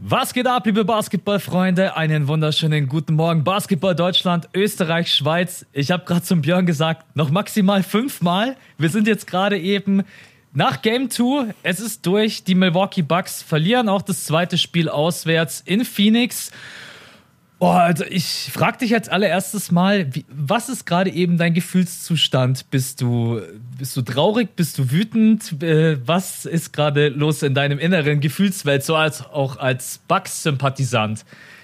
Was geht ab, liebe Basketballfreunde? Einen wunderschönen guten Morgen. Basketball Deutschland, Österreich, Schweiz. Ich habe gerade zum Björn gesagt, noch maximal 5 Mal. Wir sind jetzt gerade eben nach Game 2. Es ist durch. Die Milwaukee Bucks verlieren auch das zweite Spiel auswärts in Phoenix. Also ich frage dich jetzt allererstes mal, was ist gerade eben dein Gefühlszustand? Bist du traurig? Bist du wütend? Was ist gerade los in deinem inneren Gefühlswelt, so auch als Bucks-Sympathisant?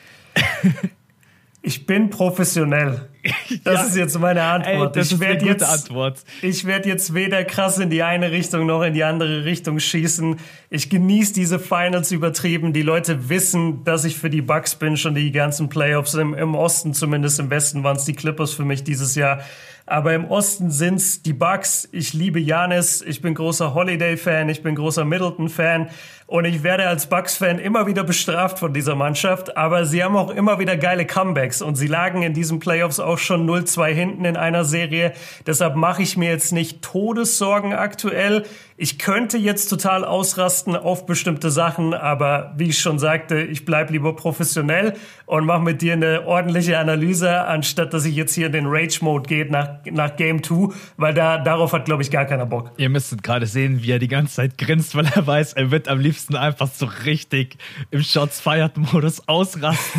Ich bin professionell. Das ist jetzt meine Antwort. Das ist eine gute Antwort. Ich werde jetzt weder krass in die eine Richtung noch in die andere Richtung schießen. Ich genieße diese Finals übertrieben. Die Leute wissen, dass ich für die Bucks bin, schon die ganzen Playoffs im Osten, zumindest im Westen waren es die Clippers für mich dieses Jahr. Aber im Osten sind's die Bucks. Ich liebe Giannis. Ich bin großer Holiday-Fan. Ich bin großer Middleton-Fan. Und ich werde als Bucks-Fan immer wieder bestraft von dieser Mannschaft. Aber sie haben auch immer wieder geile Comebacks. Und sie lagen in diesen Playoffs auch schon 0-2 hinten in einer Serie. Deshalb mache ich mir jetzt nicht Todessorgen aktuell. Ich könnte jetzt total ausrasten auf bestimmte Sachen, aber wie ich schon sagte, ich bleib lieber professionell und mache mit dir eine ordentliche Analyse, anstatt dass ich jetzt hier in den Rage-Mode geht nach Game 2, weil darauf hat, glaube ich, gar keiner Bock. Ihr müsstet gerade sehen, wie er die ganze Zeit grinst, weil er weiß, er wird am liebsten einfach so richtig im Shots-Fired-Modus ausrasten.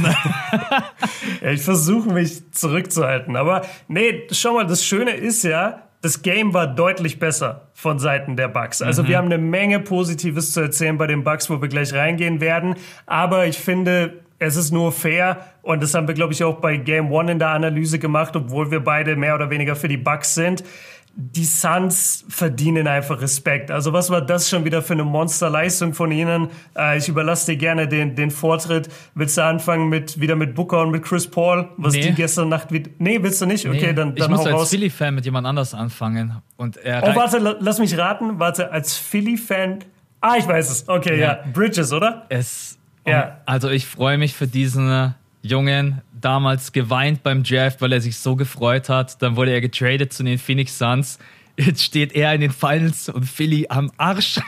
Ja, ich versuche mich zurückzuhalten, aber nee, schau mal, das Schöne ist ja, das Game war deutlich besser von Seiten der Bucks. Also wir haben eine Menge Positives zu erzählen bei den Bucks, wo wir gleich reingehen werden. Aber ich finde, es ist nur fair. Und das haben wir, glaube ich, auch bei Game 1 in der Analyse gemacht, obwohl wir beide mehr oder weniger für die Bucks sind. Die Suns verdienen einfach Respekt. Also was war das schon wieder für eine Monsterleistung von ihnen? Ich überlasse dir gerne den Vortritt. Willst du anfangen wieder mit Booker und mit Chris Paul? Was die gestern Nacht wieder... Nee, willst du nicht? Okay, dann ich muss hau raus. als Philly-Fan mit jemand anders anfangen. Und warte, lass mich raten. Warte, als Philly-Fan... ich weiß es. Okay, ja. Bridges, oder? Also ich freue mich für diesen Jungen, damals geweint beim Draft, weil er sich so gefreut hat. Dann wurde er getradet zu den Phoenix Suns. Jetzt steht er in den Finals und Philly am Arsch.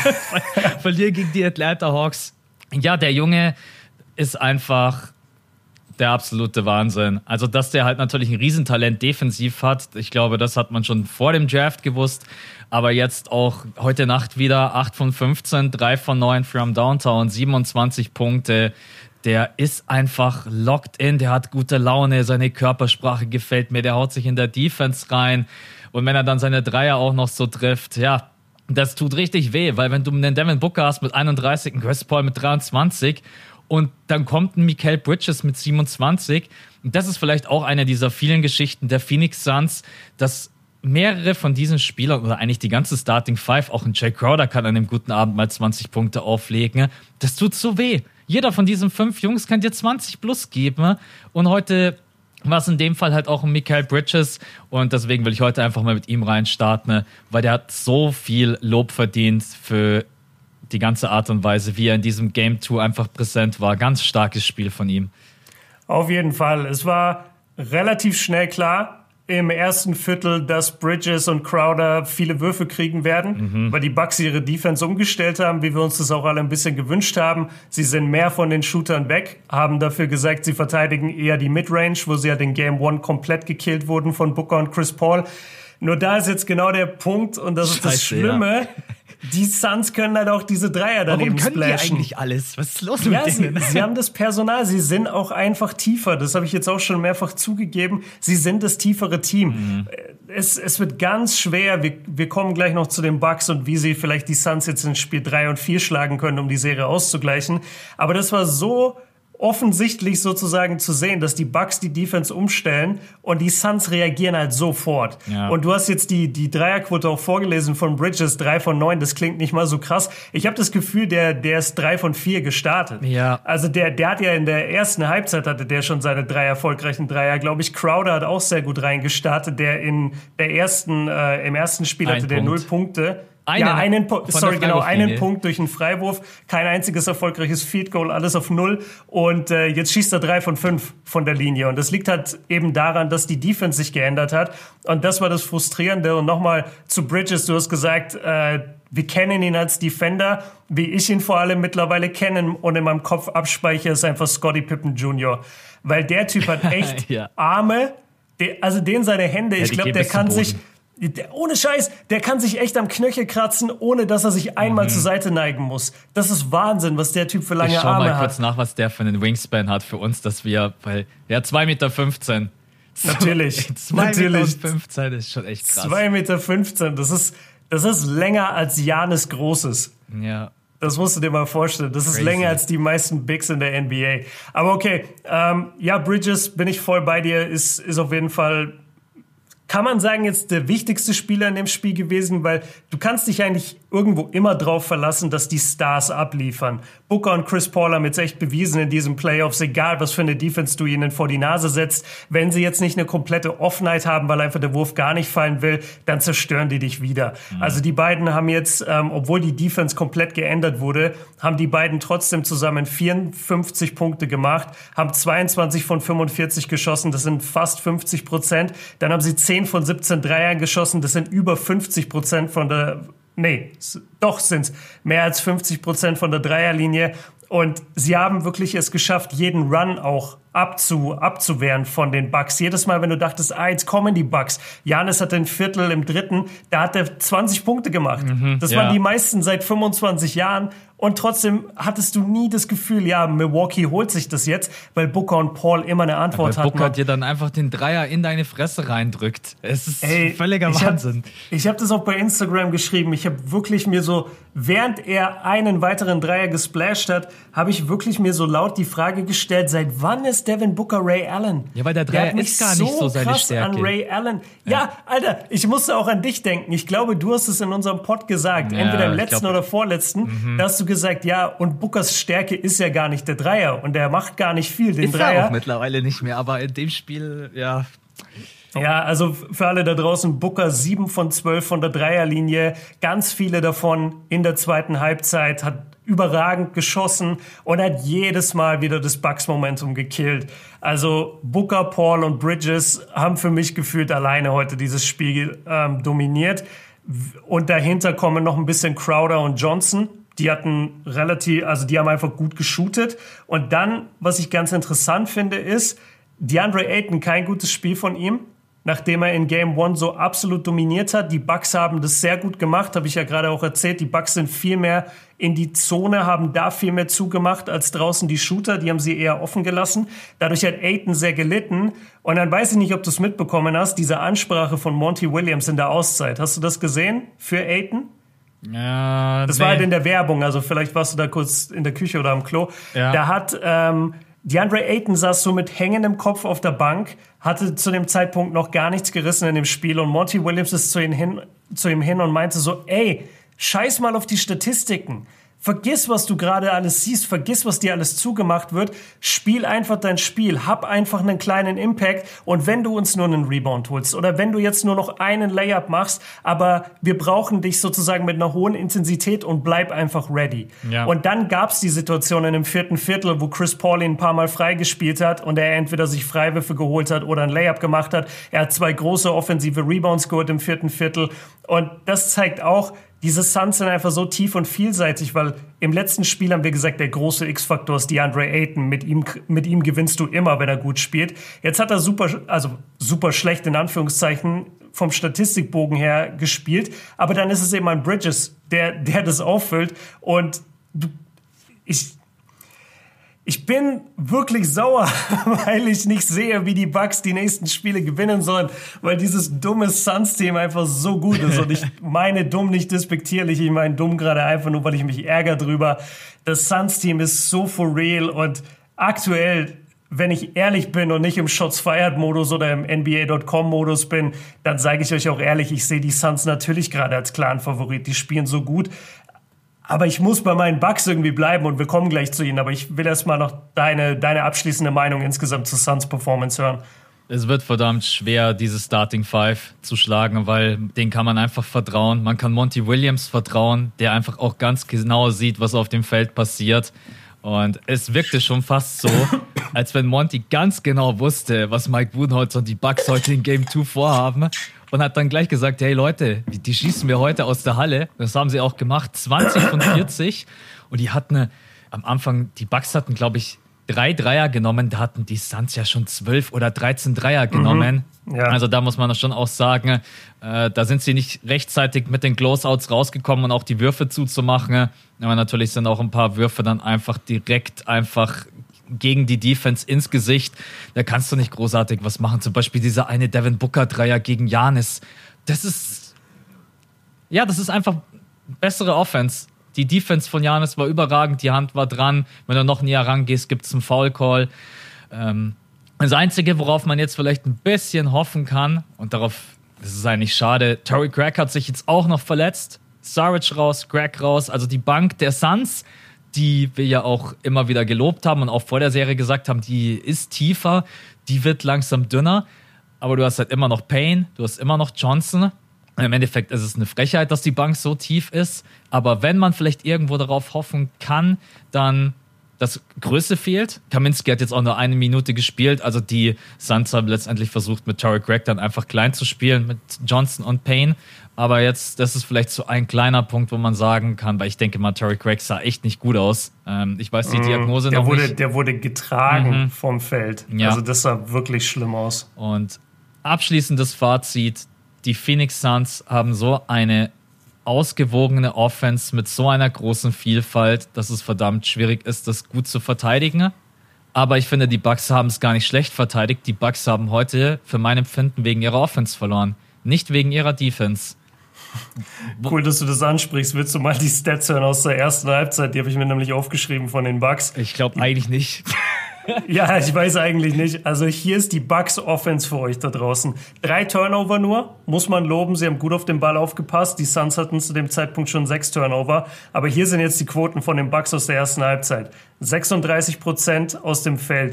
Verlieren gegen die Atlanta Hawks. Ja, der Junge ist einfach der absolute Wahnsinn. Also, dass der halt natürlich ein Riesentalent defensiv hat, ich glaube, das hat man schon vor dem Draft gewusst. Aber jetzt auch heute Nacht wieder 8 von 15, 3 von 9 from Downtown, 27 Punkte. Der ist einfach locked in, der hat gute Laune, seine Körpersprache gefällt mir, der haut sich in der Defense rein. Und wenn er dann seine Dreier auch noch so trifft, ja, das tut richtig weh, weil wenn du einen Devin Booker hast mit 31, einen Chris Paul mit 23 und dann kommt ein Mikal Bridges mit 27, und das ist vielleicht auch eine dieser vielen Geschichten der Phoenix Suns, dass mehrere von diesen Spielern oder eigentlich die ganze Starting Five, auch ein Jay Crowder kann an einem guten Abend mal 20 Punkte auflegen, das tut so weh. Jeder von diesen 5 Jungs kann dir 20 plus geben. Und heute war es in dem Fall halt auch ein Mikal Bridges. Und deswegen will ich heute einfach mal mit ihm reinstarten, weil der hat so viel Lob verdient für die ganze Art und Weise, wie er in diesem Game 2 einfach präsent war. Ganz starkes Spiel von ihm. Auf jeden Fall. Es war relativ schnell klar im ersten Viertel, dass Bridges und Crowder viele Würfe kriegen werden, weil die Bucks ihre Defense umgestellt haben, wie wir uns das auch alle ein bisschen gewünscht haben. Sie sind mehr von den Shootern weg, haben dafür gesagt, sie verteidigen eher die Midrange, wo sie ja den Game 1 komplett gekillt wurden von Booker und Chris Paul. Nur da ist jetzt genau der Punkt, und das ist das Schlimme. Ja. Die Suns können halt auch diese Dreier daneben splashen. Warum können die eigentlich alles? Was ist los mit denen? Sie haben das Personal, sie sind auch einfach tiefer. Das habe ich jetzt auch schon mehrfach zugegeben. Sie sind das tiefere Team. Es wird ganz schwer. Wir kommen gleich noch zu den Bucks und wie sie vielleicht die Suns jetzt in Spiel 3 und 4 schlagen können, um die Serie auszugleichen. Aber das war so offensichtlich sozusagen zu sehen, dass die Bucks die Defense umstellen und die Suns reagieren halt sofort. Ja. Und du hast jetzt die Dreierquote auch vorgelesen von Bridges, 3 von 9, das klingt nicht mal so krass. Ich habe das Gefühl, der ist 3 von 4 gestartet. Ja. Also der hat ja in der ersten Halbzeit hatte der schon seine 3 erfolgreichen Dreier, glaube ich. Crowder hat auch sehr gut reingestartet, der im ersten Spiel hatte der 0 Punkte. einen Punkt durch einen Freiwurf, kein einziges erfolgreiches Field Goal, alles auf 0 und jetzt schießt er 3 von 5 von der Linie und das liegt halt eben daran, dass die Defense sich geändert hat und das war das Frustrierende und nochmal zu Bridges, du hast gesagt, wir kennen ihn als Defender, wie ich ihn vor allem mittlerweile kenne und in meinem Kopf abspeichere, ist einfach Scottie Pippen Jr., weil der Typ hat echt Arme, den seine Hände, ich glaube, der kann sich... Ohne Scheiß, der kann sich echt am Knöchel kratzen, ohne dass er sich einmal zur Seite neigen muss. Das ist Wahnsinn, was der Typ für lange Arme hat. Ich schau mal kurz nach, was der für einen Wingspan hat für uns, dass wir, weil, 2,15 Meter. Natürlich. 2,15 Meter ist schon echt krass. 2,15 Meter, das ist länger als Giannis Großes. Ja. Das musst du dir mal vorstellen. Das ist länger als die meisten Bigs in der NBA. Aber okay, Bridges, bin ich voll bei dir, ist auf jeden Fall... Kann man sagen, jetzt der wichtigste Spieler in dem Spiel gewesen, weil du kannst dich eigentlich irgendwo immer drauf verlassen, dass die Stars abliefern. Booker und Chris Paul haben jetzt echt bewiesen in diesen Playoffs, egal was für eine Defense du ihnen vor die Nase setzt, wenn sie jetzt nicht eine komplette Offenheit haben, weil einfach der Wurf gar nicht fallen will, dann zerstören die dich wieder. Also die beiden haben jetzt, obwohl die Defense komplett geändert wurde, haben die beiden trotzdem zusammen 54 Punkte gemacht, haben 22 von 45 geschossen, das sind fast 50%. Dann haben sie 10 von 17 Dreiern geschossen, das sind über 50% von der... Nee, doch sind's mehr als 50% von der Dreierlinie. Und sie haben wirklich es geschafft, jeden Run auch abzuwehren von den Bucks. Jedes Mal, wenn du dachtest, jetzt kommen die Bucks. Giannis hat ein Viertel im dritten, da hat er 20 Punkte gemacht. Das waren die meisten seit 25 Jahren. Und trotzdem hattest du nie das Gefühl, Milwaukee holt sich das jetzt, weil Booker und Paul immer eine Antwort hatten. Booker dir dann einfach den Dreier in deine Fresse reindrückt. Es ist völliger Wahnsinn. Ich hab das auch bei Instagram geschrieben. Ich habe wirklich mir so, während er einen weiteren Dreier gesplasht hat, habe ich wirklich mir so laut die Frage gestellt, seit wann ist Devin Booker Ray Allen? Ja, weil der Dreier ist gar nicht so seine Stärke. An Ray Allen. Ja, Alter, ich musste auch an dich denken. Ich glaube, du hast es in unserem Pod gesagt, entweder im letzten oder vorletzten, da hast du gesagt, und Bookers Stärke ist ja gar nicht der Dreier und der macht gar nicht viel, den ist Dreier. Er auch mittlerweile nicht mehr, aber in dem Spiel, Ja, also für alle da draußen, Booker 7 von 12 von der Dreierlinie, ganz viele davon in der zweiten Halbzeit, hat überragend geschossen und hat jedes Mal wieder das Bucks-Momentum gekillt. Also Booker, Paul und Bridges haben für mich gefühlt alleine heute dieses Spiel dominiert und dahinter kommen noch ein bisschen Crowder und Johnson. Die hatten die haben einfach gut geshootet. Und dann, was ich ganz interessant finde, ist, DeAndre Ayton, kein gutes Spiel von ihm, nachdem er in Game 1 so absolut dominiert hat. Die Bucks haben das sehr gut gemacht, habe ich ja gerade auch erzählt. Die Bucks sind viel mehr in die Zone, haben da viel mehr zugemacht als draußen die Shooter. Die haben sie eher offen gelassen. Dadurch hat Ayton sehr gelitten. Und dann weiß ich nicht, ob du es mitbekommen hast, diese Ansprache von Monty Williams in der Auszeit. Hast du das gesehen für Ayton? Ja, das war halt in der Werbung, also vielleicht warst du da kurz in der Küche oder am Klo. Ja. Da hat DeAndre Ayton saß so mit hängendem Kopf auf der Bank, hatte zu dem Zeitpunkt noch gar nichts gerissen in dem Spiel und Monty Williams ist zu ihm hin und meinte so, scheiß mal auf die Statistiken. Vergiss, was du gerade alles siehst, vergiss, was dir alles zugemacht wird, spiel einfach dein Spiel, hab einfach einen kleinen Impact und wenn du uns nur einen Rebound holst oder wenn du jetzt nur noch einen Layup machst, aber wir brauchen dich sozusagen mit einer hohen Intensität und bleib einfach ready. Ja. Und dann gab's die Situation in dem vierten Viertel, wo Chris Paul ihn ein paar Mal freigespielt hat und er entweder sich Freiwürfe geholt hat oder ein Layup gemacht hat. Er hat 2 große offensive Rebounds geholt im vierten Viertel und das zeigt auch, diese Suns sind einfach so tief und vielseitig, weil im letzten Spiel haben wir gesagt, der große X-Faktor ist DeAndre Ayton. Mit ihm gewinnst du immer, wenn er gut spielt. Jetzt hat er super schlecht in Anführungszeichen vom Statistikbogen her gespielt. Aber dann ist es eben ein Bridges, der das auffüllt. Und ich bin wirklich sauer, weil ich nicht sehe, wie die Bucks die nächsten Spiele gewinnen sollen, weil dieses dumme Suns-Team einfach so gut ist. Und ich meine dumm nicht despektierlich, ich meine dumm gerade einfach nur, weil ich mich ärgere drüber. Das Suns-Team ist so for real und aktuell, wenn ich ehrlich bin und nicht im Shots-Fired-Modus oder im NBA.com-Modus bin, dann sage ich euch auch ehrlich, ich sehe die Suns natürlich gerade als klaren Favorit. Die spielen so gut. Aber ich muss bei meinen Bucks irgendwie bleiben und wir kommen gleich zu ihnen. Aber ich will erst mal noch deine abschließende Meinung insgesamt zur Suns Performance hören. Es wird verdammt schwer, diese Starting Five zu schlagen, weil denen kann man einfach vertrauen. Man kann Monty Williams vertrauen, der einfach auch ganz genau sieht, was auf dem Feld passiert. Und es wirkte schon fast so, als wenn Monty ganz genau wusste, was Mike Budenholzer und die Bucks heute in Game 2 vorhaben. Und hat dann gleich gesagt, hey Leute, die schießen wir heute aus der Halle. Das haben sie auch gemacht, 20 von 40. Und die hatten am Anfang, die Bucks hatten, glaube ich, 3 Dreier genommen, da hatten die Suns ja schon 12 oder 13 Dreier genommen. Ja. Also da muss man schon auch sagen, da sind sie nicht rechtzeitig mit den Closeouts rausgekommen und auch die Würfe zuzumachen. Aber natürlich sind auch ein paar Würfe dann einfach direkt gegen die Defense ins Gesicht. Da kannst du nicht großartig was machen. Zum Beispiel dieser eine Devin Booker Dreier gegen Giannis. Das ist einfach bessere Offense. Die Defense von Giannis war überragend, die Hand war dran. Wenn du noch näher rangehst, gibt es einen Foul-Call. Das Einzige, worauf man jetzt vielleicht ein bisschen hoffen kann, und das ist eigentlich schade, Torrey Craig hat sich jetzt auch noch verletzt. Saric raus, Craig raus. Also die Bank der Suns, die wir ja auch immer wieder gelobt haben und auch vor der Serie gesagt haben, die ist tiefer, die wird langsam dünner. Aber du hast halt immer noch Payne, du hast immer noch Johnson. Im Endeffekt ist es eine Frechheit, dass die Bank so tief ist. Aber wenn man vielleicht irgendwo darauf hoffen kann, dann das Größe fehlt. Kaminsky hat jetzt auch nur 1 Minute gespielt. Also die Suns haben letztendlich versucht, mit Torrey Craig dann einfach klein zu spielen, mit Johnson und Payne. Aber jetzt, das ist vielleicht so ein kleiner Punkt, wo man sagen kann, weil ich denke mal, Torrey Craig sah echt nicht gut aus. Ich weiß die Diagnose noch nicht. Der wurde getragen vom Feld. Ja. Also das sah wirklich schlimm aus. Und abschließendes Fazit: Die Phoenix Suns haben so eine ausgewogene Offense mit so einer großen Vielfalt, dass es verdammt schwierig ist, das gut zu verteidigen. Aber ich finde, die Bucks haben es gar nicht schlecht verteidigt. Die Bucks haben heute für mein Empfinden wegen ihrer Offense verloren, nicht wegen ihrer Defense. Cool, dass du das ansprichst. Willst du mal die Stats hören aus der ersten Halbzeit? Die habe ich mir nämlich aufgeschrieben von den Bucks. Ich glaube eigentlich nicht. Ja, ich weiß eigentlich nicht. Also hier ist die Bucks Offense für euch da draußen. 3 Turnover nur, muss man loben. Sie haben gut auf den Ball aufgepasst. Die Suns hatten zu dem Zeitpunkt schon 6 Turnover. Aber hier sind jetzt die Quoten von den Bucks aus der ersten Halbzeit. 36% aus dem Feld,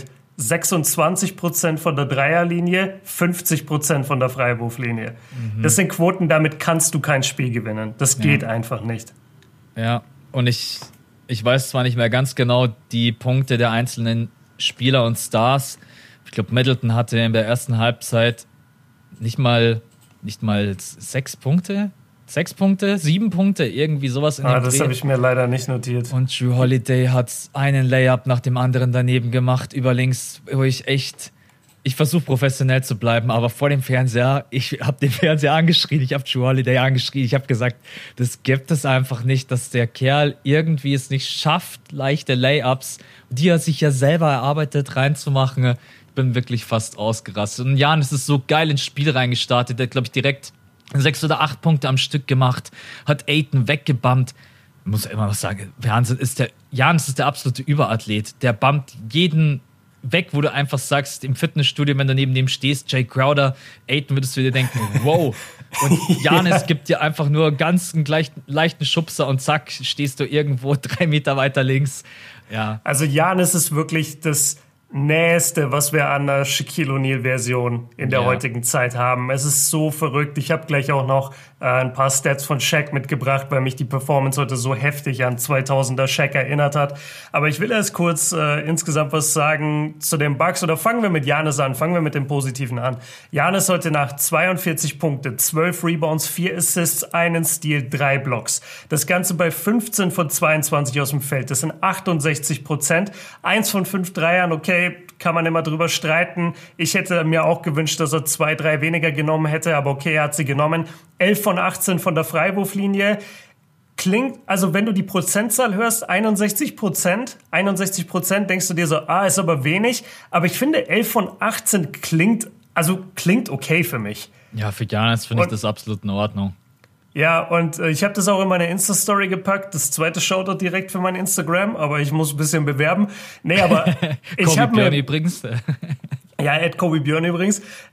26% von der Dreierlinie, 50% von der Freiwurflinie. Das sind Quoten, damit kannst du kein Spiel gewinnen. Das geht einfach nicht. Ja, und ich weiß zwar nicht mehr ganz genau die Punkte der einzelnen Spieler und Stars. Ich glaube, Middleton hatte in der ersten Halbzeit nicht mal 6 Punkte. 6 Punkte, 7 Punkte, irgendwie sowas in dem Das habe ich mir leider nicht notiert. Und Jrue Holiday hat einen Layup nach dem anderen daneben gemacht, über links, wo ich versuche professionell zu bleiben, aber vor dem Fernseher, ich habe den Fernseher angeschrien, ich habe Jrue Holiday angeschrien, ich habe gesagt, das gibt es einfach nicht, dass der Kerl irgendwie es nicht schafft, leichte Layups, die er sich ja selber erarbeitet, reinzumachen. Ich bin wirklich fast ausgerastet. Und Giannis ist so geil ins Spiel reingestartet, der hat, glaube ich, direkt 6 oder 8 Punkte am Stück gemacht, hat Ayton weggebammt. Ich muss ja immer noch sagen, Giannis ist der absolute Überathlet. Der bammt jeden weg, wo du einfach sagst, im Fitnessstudio, wenn du neben dem stehst, Jay Crowder, Ayton, würdest du dir denken, wow. Und Giannis gibt dir einfach nur ganz einen leichten Schubser und zack, stehst du irgendwo 3 Meter weiter links. Ja. Also Giannis ist wirklich das Nächste, was wir an der Shaquille O'Neal-Version in der heutigen Zeit haben. Es ist so verrückt. Ich habe gleich auch noch ein paar Stats von Shaq mitgebracht, weil mich die Performance heute so heftig an 2000er Shaq erinnert hat. Aber ich will erst kurz insgesamt was sagen zu den Bucks. Oder fangen wir mit Giannis an. Fangen wir mit dem Positiven an. Giannis heute Nacht 42 Punkte, 12 Rebounds, 4 Assists, 1 Steal, 3 Blocks. Das Ganze bei 15 von 22 aus dem Feld. Das sind 68%. 1 von 5 Dreiern, okay, kann man immer drüber streiten. Ich hätte mir auch gewünscht, dass er 2, 3 weniger genommen hätte, aber okay, er hat sie genommen. 11 von 18 von der Freiwurflinie. Klingt, also wenn du die Prozentzahl hörst, 61%, denkst du dir so, ist aber wenig. Aber ich finde, 11 von 18 klingt okay für mich. Ja, für Giannis finde ich das absolut in Ordnung. Ja, und ich habe das auch in meine Insta-Story gepackt. Das zweite Shoutout direkt für mein Instagram, aber ich muss ein bisschen bewerben. Nee, aber ich habe mir... übrigens. Ja, @KobeBjörn übrigens.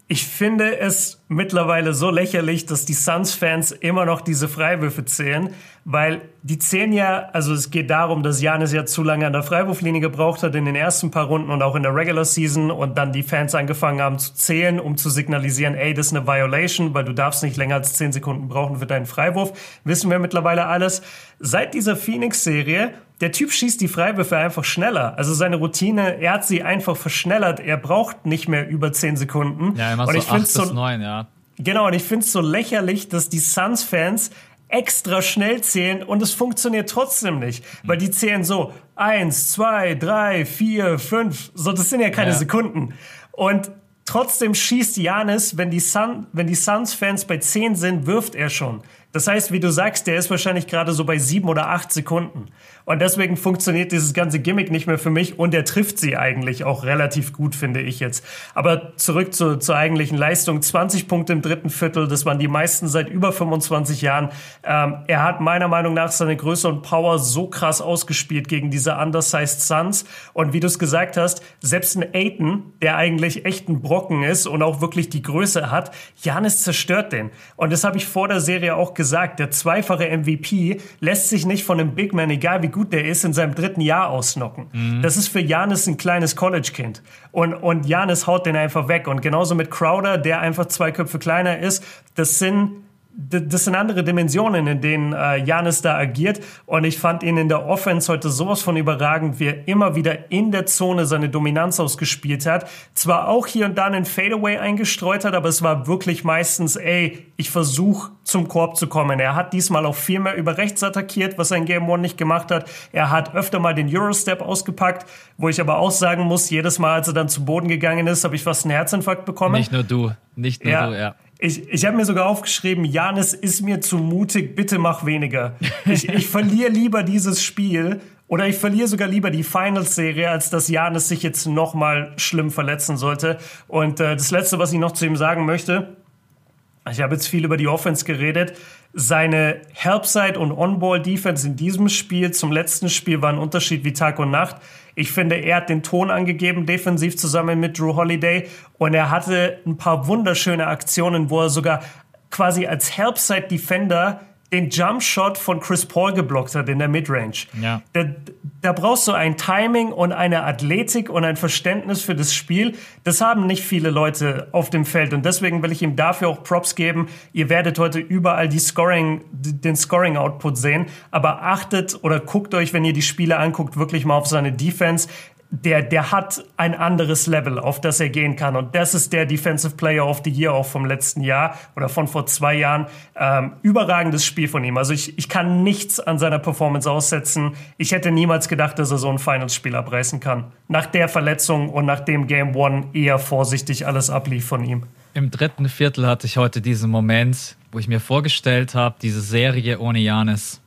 Ich finde es mittlerweile so lächerlich, dass die Suns-Fans immer noch diese Freiwürfe zählen, weil die zählen ja, also es geht darum, dass Giannis ja zu lange an der Freiwurflinie gebraucht hat in den ersten paar Runden und auch in der Regular Season und dann die Fans angefangen haben zu zählen, um zu signalisieren, ey, das ist eine Violation, weil du darfst nicht länger als 10 Sekunden brauchen für deinen Freiwurf. Wissen wir mittlerweile alles. Seit dieser Phoenix-Serie, der Typ schießt die Freiwürfe einfach schneller. Also seine Routine, er hat sie einfach verschnellert. Er braucht nicht mehr über 10 Sekunden. Ja, immer so 8 bis 9, ja. Genau, und ich finde es so lächerlich, dass die Suns-Fans extra schnell zählen und es funktioniert trotzdem nicht. Weil die zählen so 1, 2, 3, 4, 5. So, das sind ja keine Sekunden. Und trotzdem schießt Giannis, wenn die Suns-Fans bei 10 sind, wirft er schon. Das heißt, wie du sagst, der ist wahrscheinlich gerade so bei 7 oder 8 Sekunden. Und deswegen funktioniert dieses ganze Gimmick nicht mehr für mich. Und er trifft sie eigentlich auch relativ gut, finde ich jetzt. Aber zurück zur eigentlichen Leistung. 20 Punkte im dritten Viertel, das waren die meisten seit über 25 Jahren. Er hat meiner Meinung nach seine Größe und Power so krass ausgespielt gegen diese undersized Suns. Und wie du es gesagt hast, selbst ein Ayton, der eigentlich echt ein Brocken ist und auch wirklich die Größe hat, Giannis zerstört den. Und das habe ich vor der Serie auch gesagt. Der zweifache MVP lässt sich nicht von einem Big Man, egal wie gut der ist, in seinem dritten Jahr ausnocken. Das ist für Giannis ein kleines College-Kind. Und Giannis haut den einfach weg. Und genauso mit Crowder, der einfach 2 Köpfe kleiner ist. Das sind andere Dimensionen, in denen Giannis da agiert. Und ich fand ihn in der Offense heute sowas von überragend, wie er immer wieder in der Zone seine Dominanz ausgespielt hat. Zwar auch hier und da einen Fadeaway eingestreut hat, aber es war wirklich meistens, ich versuche zum Korb zu kommen. Er hat diesmal auch viel mehr über rechts attackiert, was er in Game 1 nicht gemacht hat. Er hat öfter mal den Eurostep ausgepackt, wo ich aber auch sagen muss, jedes Mal, als er dann zu Boden gegangen ist, habe ich fast einen Herzinfarkt bekommen. Nicht nur du, ja. Ich habe mir sogar aufgeschrieben, Giannis ist mir zu mutig, bitte mach weniger. Ich verliere lieber dieses Spiel oder ich verliere sogar lieber die Finals-Serie, als dass Giannis sich jetzt nochmal schlimm verletzen sollte. Und das Letzte, was ich noch zu ihm sagen möchte, ich habe jetzt viel über die Offense geredet. Seine Helpside und On-Ball-Defense in diesem Spiel zum letzten Spiel war ein Unterschied wie Tag und Nacht. Ich finde, er hat den Ton angegeben, defensiv zusammen mit Drew Holiday. Und er hatte ein paar wunderschöne Aktionen, wo er sogar quasi als Helpside-Defender den Jumpshot von Chris Paul geblockt hat in der Midrange. Ja. Da brauchst du ein Timing und eine Athletik und ein Verständnis für das Spiel. Das haben nicht viele Leute auf dem Feld. Und deswegen will ich ihm dafür auch Props geben. Ihr werdet heute überall den Scoring-Output sehen. Aber achtet oder guckt euch, wenn ihr die Spiele anguckt, wirklich mal auf seine Defense. Der hat ein anderes Level, auf das er gehen kann. Und das ist der Defensive Player of the Year auch vom letzten Jahr oder von vor 2 Jahren. Überragendes Spiel von ihm. Also ich kann nichts an seiner Performance aussetzen. Ich hätte niemals gedacht, dass er so ein Finals-Spiel abreißen kann. Nach der Verletzung und nach dem Game 1 eher vorsichtig alles ablief von ihm. Im dritten Viertel hatte ich heute diesen Moment, wo ich mir vorgestellt habe, diese Serie ohne Giannis.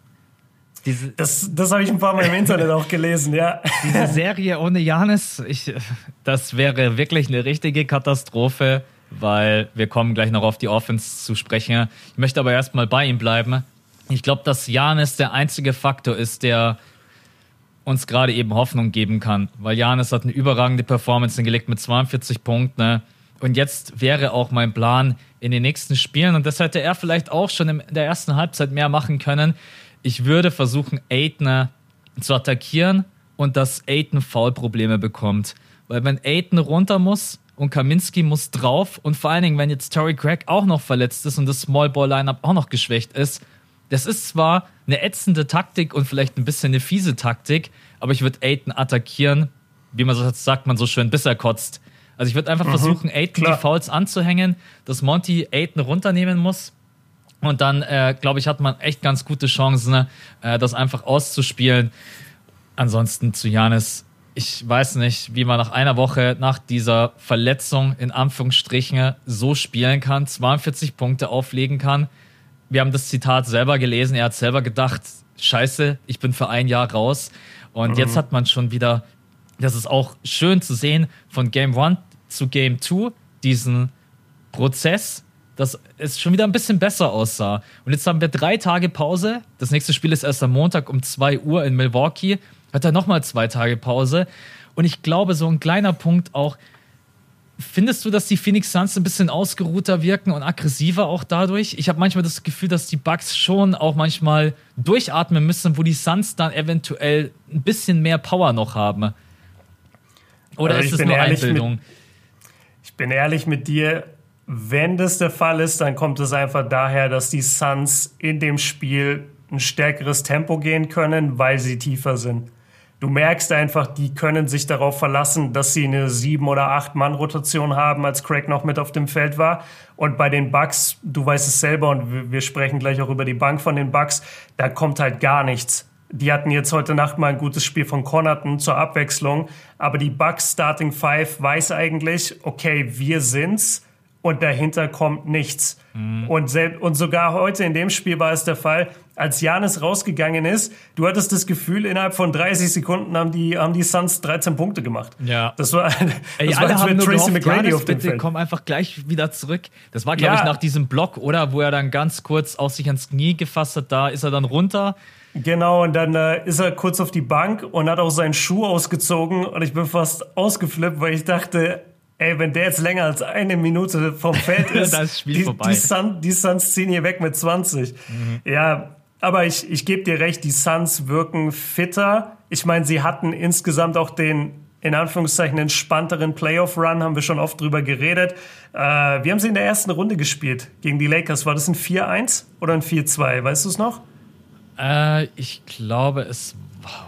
Das habe ich ein paar Mal im Internet auch gelesen, ja. Diese Serie ohne Giannis, das wäre wirklich eine richtige Katastrophe, weil wir kommen gleich noch auf die Offense zu sprechen. Ich möchte aber erstmal bei ihm bleiben. Ich glaube, dass Giannis der einzige Faktor ist, der uns gerade eben Hoffnung geben kann, weil Giannis hat eine überragende Performance hingelegt mit 42 Punkten. Ne? Und jetzt wäre auch mein Plan in den nächsten Spielen, und das hätte er vielleicht auch schon in der ersten Halbzeit mehr machen können. Ich würde versuchen, Ayton zu attackieren und dass Ayton Foul-Probleme bekommt. Weil wenn Ayton runter muss und Kaminsky muss drauf und vor allen Dingen, wenn jetzt Torrey Craig auch noch verletzt ist und das Small-Ball-Line-Up auch noch geschwächt ist, das ist zwar eine ätzende Taktik und vielleicht ein bisschen eine fiese Taktik, aber ich würde Ayton attackieren, wie man so sagt, man so schön, bis er kotzt. Also ich würde einfach versuchen, Ayton die Fouls anzuhängen, dass Monty Ayton runternehmen muss. Und dann, glaube ich, hat man echt ganz gute Chancen, das einfach auszuspielen. Ansonsten zu Giannis, ich weiß nicht, wie man nach einer Woche nach dieser Verletzung in Anführungsstrichen so spielen kann, 42 Punkte auflegen kann. Wir haben das Zitat selber gelesen, er hat selber gedacht, scheiße, ich bin für 1 Jahr raus. Und jetzt hat man schon wieder, das ist auch schön zu sehen, von Game 1 zu Game 2, diesen Prozess, dass es schon wieder ein bisschen besser aussah. Und jetzt haben wir 3 Tage Pause. Das nächste Spiel ist erst am Montag um 2 Uhr in Milwaukee. Hat er nochmal 2 Tage Pause. Und ich glaube, so ein kleiner Punkt auch, findest du, dass die Phoenix Suns ein bisschen ausgeruhter wirken und aggressiver auch dadurch? Ich habe manchmal das Gefühl, dass die Bucks schon auch manchmal durchatmen müssen, wo die Suns dann eventuell ein bisschen mehr Power noch haben. Oder also ist es nur Einbildung? Ich bin ehrlich mit dir, wenn das der Fall ist, dann kommt es einfach daher, dass die Suns in dem Spiel ein stärkeres Tempo gehen können, weil sie tiefer sind. Du merkst einfach, die können sich darauf verlassen, dass sie eine 7- oder 8-Mann-Rotation haben, als Craig noch mit auf dem Feld war. Und bei den Bucks, du weißt es selber und wir sprechen gleich auch über die Bank von den Bucks, da kommt halt gar nichts. Die hatten jetzt heute Nacht mal ein gutes Spiel von Connaughton zur Abwechslung. Aber die Bucks Starting Five weiß eigentlich, okay, wir sind's. Und dahinter kommt nichts. Und sogar heute in dem Spiel war es der Fall, als Giannis rausgegangen ist, du hattest das Gefühl, innerhalb von 30 Sekunden haben die Suns 13 Punkte gemacht. Ja. Das war alle haben nur Tracy McGrady auf dem Feld. Komm einfach gleich wieder zurück. Das war, glaube ich, nach diesem Block, oder? Wo er dann ganz kurz auf sich ans Knie gefasst hat. Da ist er dann runter. Genau, und dann ist er kurz auf die Bank und hat auch seinen Schuh ausgezogen. Und ich bin fast ausgeflippt, weil ich dachte, ey, wenn der jetzt länger als 1 Minute vom Feld ist, das Spiel vorbei. Die Suns ziehen hier weg mit 20. Ja, aber ich gebe dir recht, die Suns wirken fitter. Ich meine, sie hatten insgesamt auch den, in Anführungszeichen, entspannteren Playoff-Run, haben wir schon oft drüber geredet. Wir haben sie in der ersten Runde gespielt gegen die Lakers. War das ein 4-1 oder ein 4-2? Weißt du es noch? Ich glaube, es war...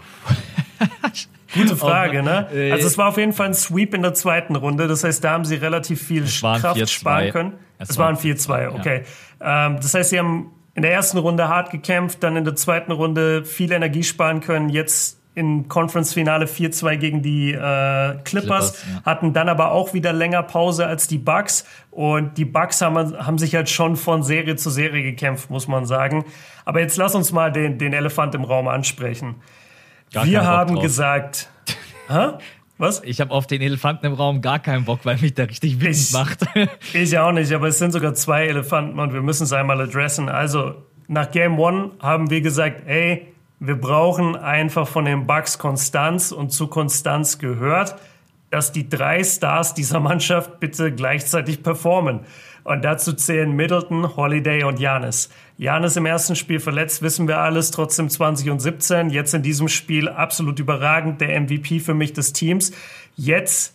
Gute Frage, ne? Also es war auf jeden Fall ein Sweep in der zweiten Runde. Das heißt, da haben sie relativ viel Kraft sparen können. Es war ein 4-2, okay. Ja. Das heißt, sie haben in der ersten Runde hart gekämpft, dann in der zweiten Runde viel Energie sparen können. Jetzt im Conference-Finale 4-2 gegen die Clippers, ja. Hatten dann aber auch wieder länger Pause als die Bucks. Und die Bucks haben sich halt schon von Serie zu Serie gekämpft, muss man sagen. Aber jetzt lass uns mal den Elefant im Raum ansprechen. Wir haben gesagt... Hä? Was? Ich habe auf den Elefanten im Raum gar keinen Bock, weil mich der richtig wütend macht. Ich auch nicht, aber es sind sogar 2 Elefanten und wir müssen es einmal adressen. Also, nach Game 1 haben wir gesagt, ey, wir brauchen einfach von den Bucks Konstanz und zu Konstanz gehört, dass die 3 Stars dieser Mannschaft bitte gleichzeitig performen. Und dazu zählen Middleton, Holiday und Giannis. Giannis im ersten Spiel verletzt, wissen wir alles, trotzdem 20 und 17. Jetzt in diesem Spiel absolut überragend, der MVP für mich des Teams. Jetzt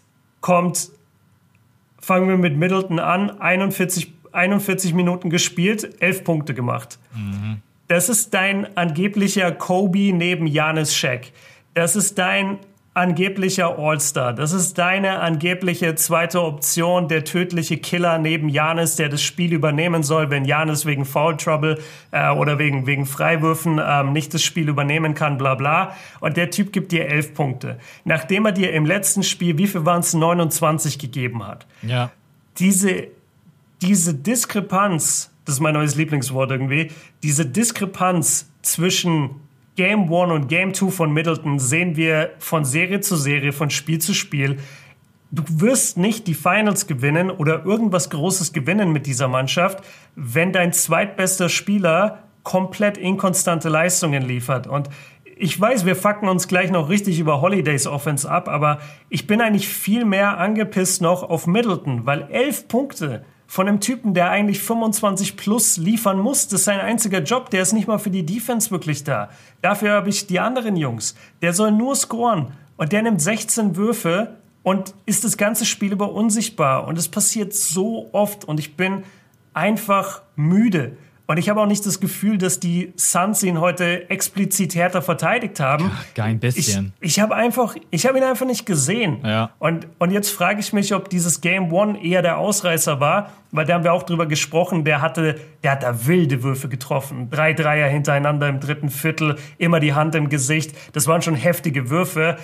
fangen wir mit Middleton an, 41 Minuten gespielt, 11 Punkte gemacht. Mhm. Das ist dein angeblicher Kobe neben Giannis Shaq. Das ist dein angeblicher All-Star. Das ist deine angebliche zweite Option, der tödliche Killer neben Giannis, der das Spiel übernehmen soll, wenn Giannis wegen Foul Trouble oder wegen Freiwürfen nicht das Spiel übernehmen kann, bla bla. Und der Typ gibt dir 11 Punkte. Nachdem er dir im letzten Spiel, wie viel waren es, 29 gegeben hat. Ja. Diese Diskrepanz, das ist mein neues Lieblingswort irgendwie, diese Diskrepanz zwischen Game 1 und Game 2 von Middleton sehen wir von Serie zu Serie, von Spiel zu Spiel. Du wirst nicht die Finals gewinnen oder irgendwas Großes gewinnen mit dieser Mannschaft, wenn dein zweitbester Spieler komplett inkonstante Leistungen liefert. Und ich weiß, wir fucken uns gleich noch richtig über Holidays Offense ab, aber ich bin eigentlich viel mehr angepisst noch auf Middleton, weil 11 Punkte von einem Typen, der eigentlich 25 plus liefern muss. Das ist sein einziger Job. Der ist nicht mal für die Defense wirklich da. Dafür habe ich die anderen Jungs. Der soll nur scoren. Und der nimmt 16 Würfe und ist das ganze Spiel über unsichtbar. Und es passiert so oft. Und ich bin einfach müde. Und ich habe auch nicht das Gefühl, dass die Suns ihn heute explizit härter verteidigt haben. Kein bisschen. Ich habe ihn einfach nicht gesehen. Ja. Und jetzt frage ich mich, ob dieses Game 1 eher der Ausreißer war, weil da haben wir auch drüber gesprochen, der hat da wilde Würfe getroffen. 3 Dreier hintereinander im dritten Viertel, immer die Hand im Gesicht. Das waren schon heftige Würfe.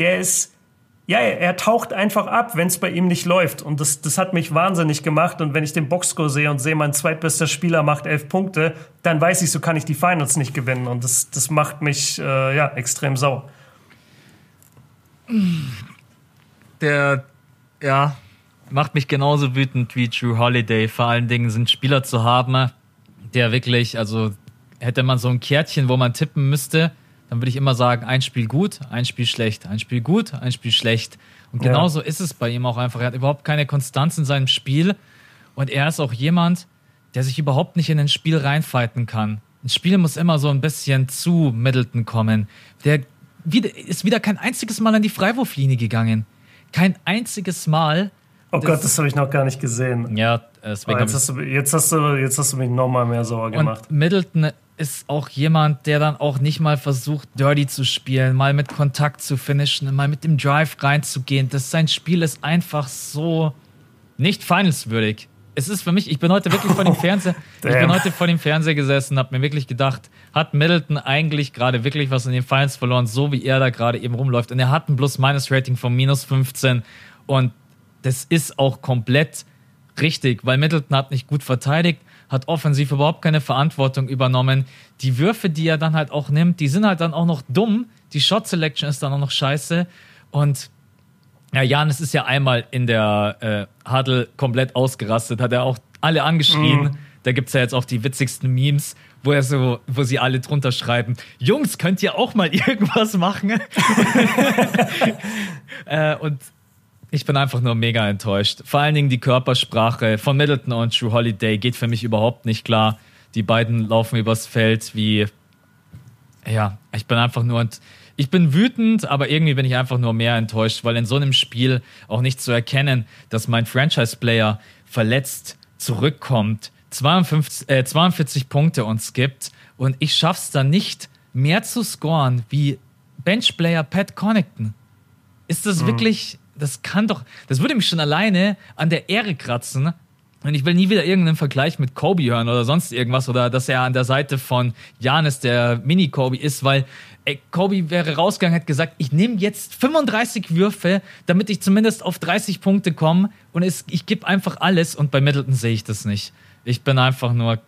Er taucht einfach ab, wenn es bei ihm nicht läuft. Und das hat mich wahnsinnig gemacht. Und wenn ich den Boxscore sehe und sehe, mein zweitbester Spieler macht 11 Punkte, dann weiß ich, so kann ich die Finals nicht gewinnen. Und das macht mich extrem sauer. Macht mich genauso wütend wie Drew Holiday. Vor allen Dingen sind Spieler zu haben, der wirklich, also hätte man so ein Kärtchen, wo man tippen müsste, dann würde ich immer sagen, ein Spiel gut, ein Spiel schlecht, ein Spiel gut, ein Spiel schlecht. Und genauso ist es bei ihm auch einfach. Er hat überhaupt keine Konstanz in seinem Spiel und er ist auch jemand, der sich überhaupt nicht in ein Spiel reinfighten kann. Ein Spiel muss immer so ein bisschen zu Middleton kommen. Der ist wieder kein einziges Mal an die Freiwurflinie gegangen. Kein einziges Mal. Oh Gott, das habe ich noch gar nicht gesehen. Ja, deswegen jetzt hast du mich noch mal mehr Sorge gemacht. Und Middleton ist auch jemand, der dann auch nicht mal versucht, dirty zu spielen, mal mit Kontakt zu finishen, mal mit dem Drive reinzugehen. Sein Spiel ist einfach so nicht finalswürdig. Es ist für mich, ich bin heute wirklich vor dem Fernseher gesessen, habe mir wirklich gedacht, hat Middleton eigentlich gerade wirklich was in den Finals verloren, so wie er da gerade eben rumläuft. Und er hat ein Plus-Minus-Rating von -15 und das ist auch komplett richtig, weil Middleton hat nicht gut verteidigt, hat offensiv überhaupt keine Verantwortung übernommen. Die Würfe, die er dann halt auch nimmt, die sind halt dann auch noch dumm. Die Shot Selection ist dann auch noch scheiße. Und ja, Giannis ist ja einmal in der Huddle komplett ausgerastet, hat er auch alle angeschrien. Da gibt es ja jetzt auch die witzigsten Memes, wo sie alle drunter schreiben, Jungs, könnt ihr auch mal irgendwas machen? Und ich bin einfach nur mega enttäuscht. Vor allen Dingen die Körpersprache von Middleton und Jrue Holiday geht für mich überhaupt nicht klar. Die beiden laufen übers Feld wie... Ja, ich bin wütend, aber irgendwie bin ich einfach nur mehr enttäuscht, weil in so einem Spiel auch nicht zu erkennen, dass mein Franchise-Player verletzt zurückkommt, 42 Punkte uns gibt und ich schaff's dann nicht, mehr zu scoren wie Benchplayer Pat Connaughton. Ist das wirklich... Das würde mich schon alleine an der Ehre kratzen. Und ich will nie wieder irgendeinen Vergleich mit Kobe hören oder sonst irgendwas oder dass er an der Seite von Giannis der Mini-Kobe ist, weil Kobe wäre rausgegangen, hat gesagt, ich nehme jetzt 35 Würfe, damit ich zumindest auf 30 Punkte komme und ich gebe einfach alles und bei Middleton sehe ich das nicht. Ich bin einfach nur,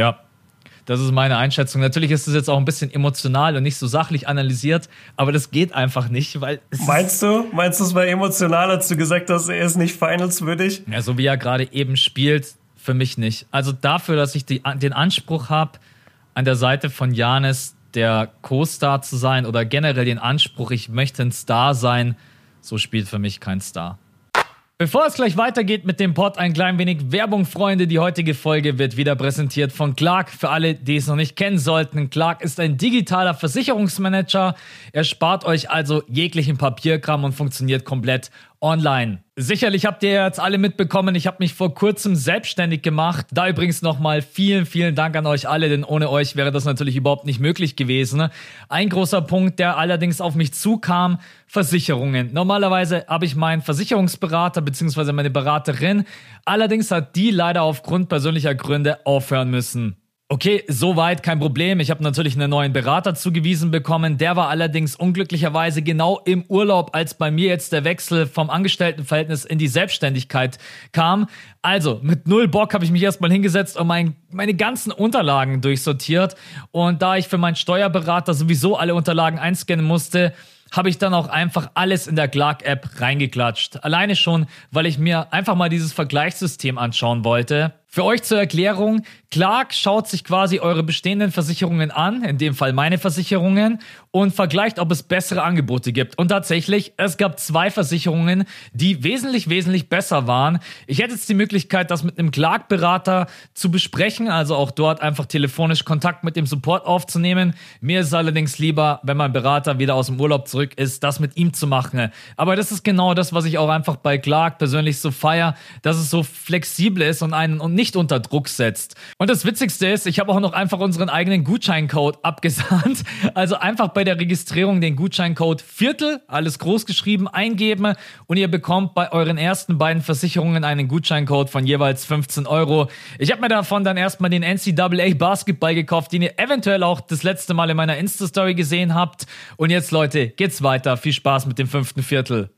das ist meine Einschätzung. Natürlich ist es jetzt auch ein bisschen emotional und nicht so sachlich analysiert, aber das geht einfach nicht, weil... Meinst du, es war emotional, als du gesagt hast, er ist nicht finalswürdig? Ja, so wie er gerade eben spielt, für mich nicht. Also dafür, dass ich den Anspruch habe, an der Seite von Giannis der Co-Star zu sein oder generell den Anspruch, ich möchte ein Star sein, so spielt für mich kein Star. Bevor es gleich weitergeht mit dem Pod, ein klein wenig Werbung, Freunde. Die heutige Folge wird wieder präsentiert von Clark. Für alle, die es noch nicht kennen sollten, Clark ist ein digitaler Versicherungsmanager. Er spart euch also jeglichen Papierkram und funktioniert komplett online. Sicherlich habt ihr jetzt alle mitbekommen, ich habe mich vor kurzem selbstständig gemacht. Da übrigens nochmal vielen, vielen Dank an euch alle, denn ohne euch wäre das natürlich überhaupt nicht möglich gewesen. Ein großer Punkt, der allerdings auf mich zukam, Versicherungen. Normalerweise habe ich meinen Versicherungsberater bzw. meine Beraterin, allerdings hat die leider aufgrund persönlicher Gründe aufhören müssen. Okay, soweit kein Problem. Ich habe natürlich einen neuen Berater zugewiesen bekommen. Der war allerdings unglücklicherweise genau im Urlaub, als bei mir jetzt der Wechsel vom Angestelltenverhältnis in die Selbstständigkeit kam. Also, mit null Bock habe ich mich erstmal hingesetzt und meine ganzen Unterlagen durchsortiert. Und da ich für meinen Steuerberater sowieso alle Unterlagen einscannen musste, habe ich dann auch einfach alles in der Clark-App reingeklatscht. Alleine schon, weil ich mir einfach mal dieses Vergleichssystem anschauen wollte. Für euch zur Erklärung, Clark schaut sich quasi eure bestehenden Versicherungen an, in dem Fall meine Versicherungen, und vergleicht, ob es bessere Angebote gibt. Und tatsächlich, es gab 2 Versicherungen, die wesentlich besser waren. Ich hätte jetzt die Möglichkeit, das mit einem Clark-Berater zu besprechen, also auch dort einfach telefonisch Kontakt mit dem Support aufzunehmen. Mir ist es allerdings lieber, wenn mein Berater wieder aus dem Urlaub zurück ist, das mit ihm zu machen. Aber das ist genau das, was ich auch einfach bei Clark persönlich so feiere, dass es so flexibel ist und einen nicht unter Druck setzt. Und das Witzigste ist, ich habe auch noch einfach unseren eigenen Gutscheincode abgesahnt. Also einfach bei der Registrierung den Gutscheincode Viertel, alles groß geschrieben, eingeben und ihr bekommt bei euren ersten beiden Versicherungen einen Gutscheincode von jeweils 15 €. Ich habe mir davon dann erstmal den NCAA Basketball gekauft, den ihr eventuell auch das letzte Mal in meiner Insta-Story gesehen habt. Und jetzt, Leute, geht's weiter. Viel Spaß mit dem 5. Viertel.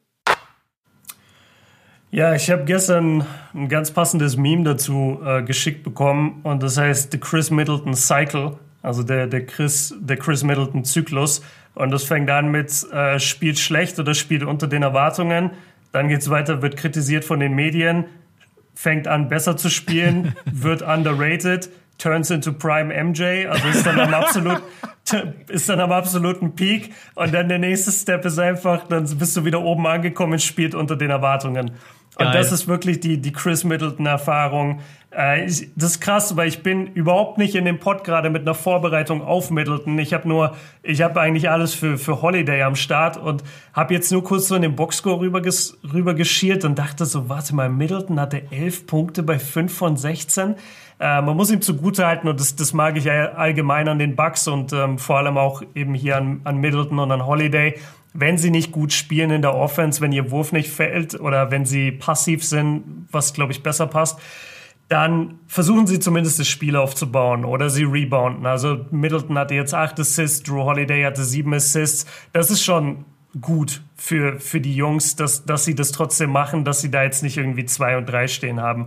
Ja, ich habe gestern ein ganz passendes Meme dazu geschickt bekommen und das heißt The Chris Middleton Cycle, also der Chris Middleton Zyklus, und das fängt an mit spielt schlecht oder spielt unter den Erwartungen, dann geht's weiter, wird kritisiert von den Medien, fängt an besser zu spielen, wird underrated, turns into Prime MJ, also ist dann am absolut ist dann am absoluten Peak und dann der nächste Step ist einfach, dann bist du wieder oben angekommen, spielt unter den Erwartungen. Und Geil. das ist wirklich die Chris Middleton-Erfahrung. Das ist krass, weil ich bin überhaupt nicht in dem Pod gerade mit einer Vorbereitung auf Middleton. Ich habe eigentlich alles für Holiday am Start und habe jetzt nur kurz so in den Boxscore rüber geschielt und dachte so, warte mal, Middleton hatte 11 Punkte bei 5 von 16. Man muss ihm zugutehalten und das mag ich allgemein an den Bucks und vor allem auch eben hier an Middleton und an Holiday. Wenn sie nicht gut spielen in der Offense, wenn ihr Wurf nicht fällt oder wenn sie passiv sind, was, glaube ich, besser passt, dann versuchen sie zumindest das Spiel aufzubauen oder sie rebounden. Also Middleton hatte jetzt 8 Assists, Drew Holiday hatte 7 Assists. Das ist schon gut für die Jungs, dass sie das trotzdem machen, dass sie da jetzt nicht irgendwie 2 und 3 stehen haben.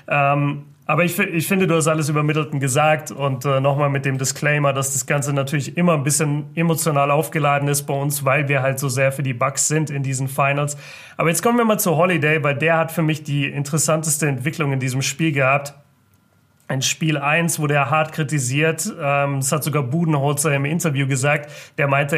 Aber ich finde, du hast alles über Middleton gesagt und nochmal mit dem Disclaimer, dass das Ganze natürlich immer ein bisschen emotional aufgeladen ist bei uns, weil wir halt so sehr für die Bucks sind in diesen Finals. Aber jetzt kommen wir mal zu Holiday, weil der hat für mich die interessanteste Entwicklung in diesem Spiel gehabt. In Spiel 1 wurde er hart kritisiert, das hat sogar Budenholzer im Interview gesagt, der meinte,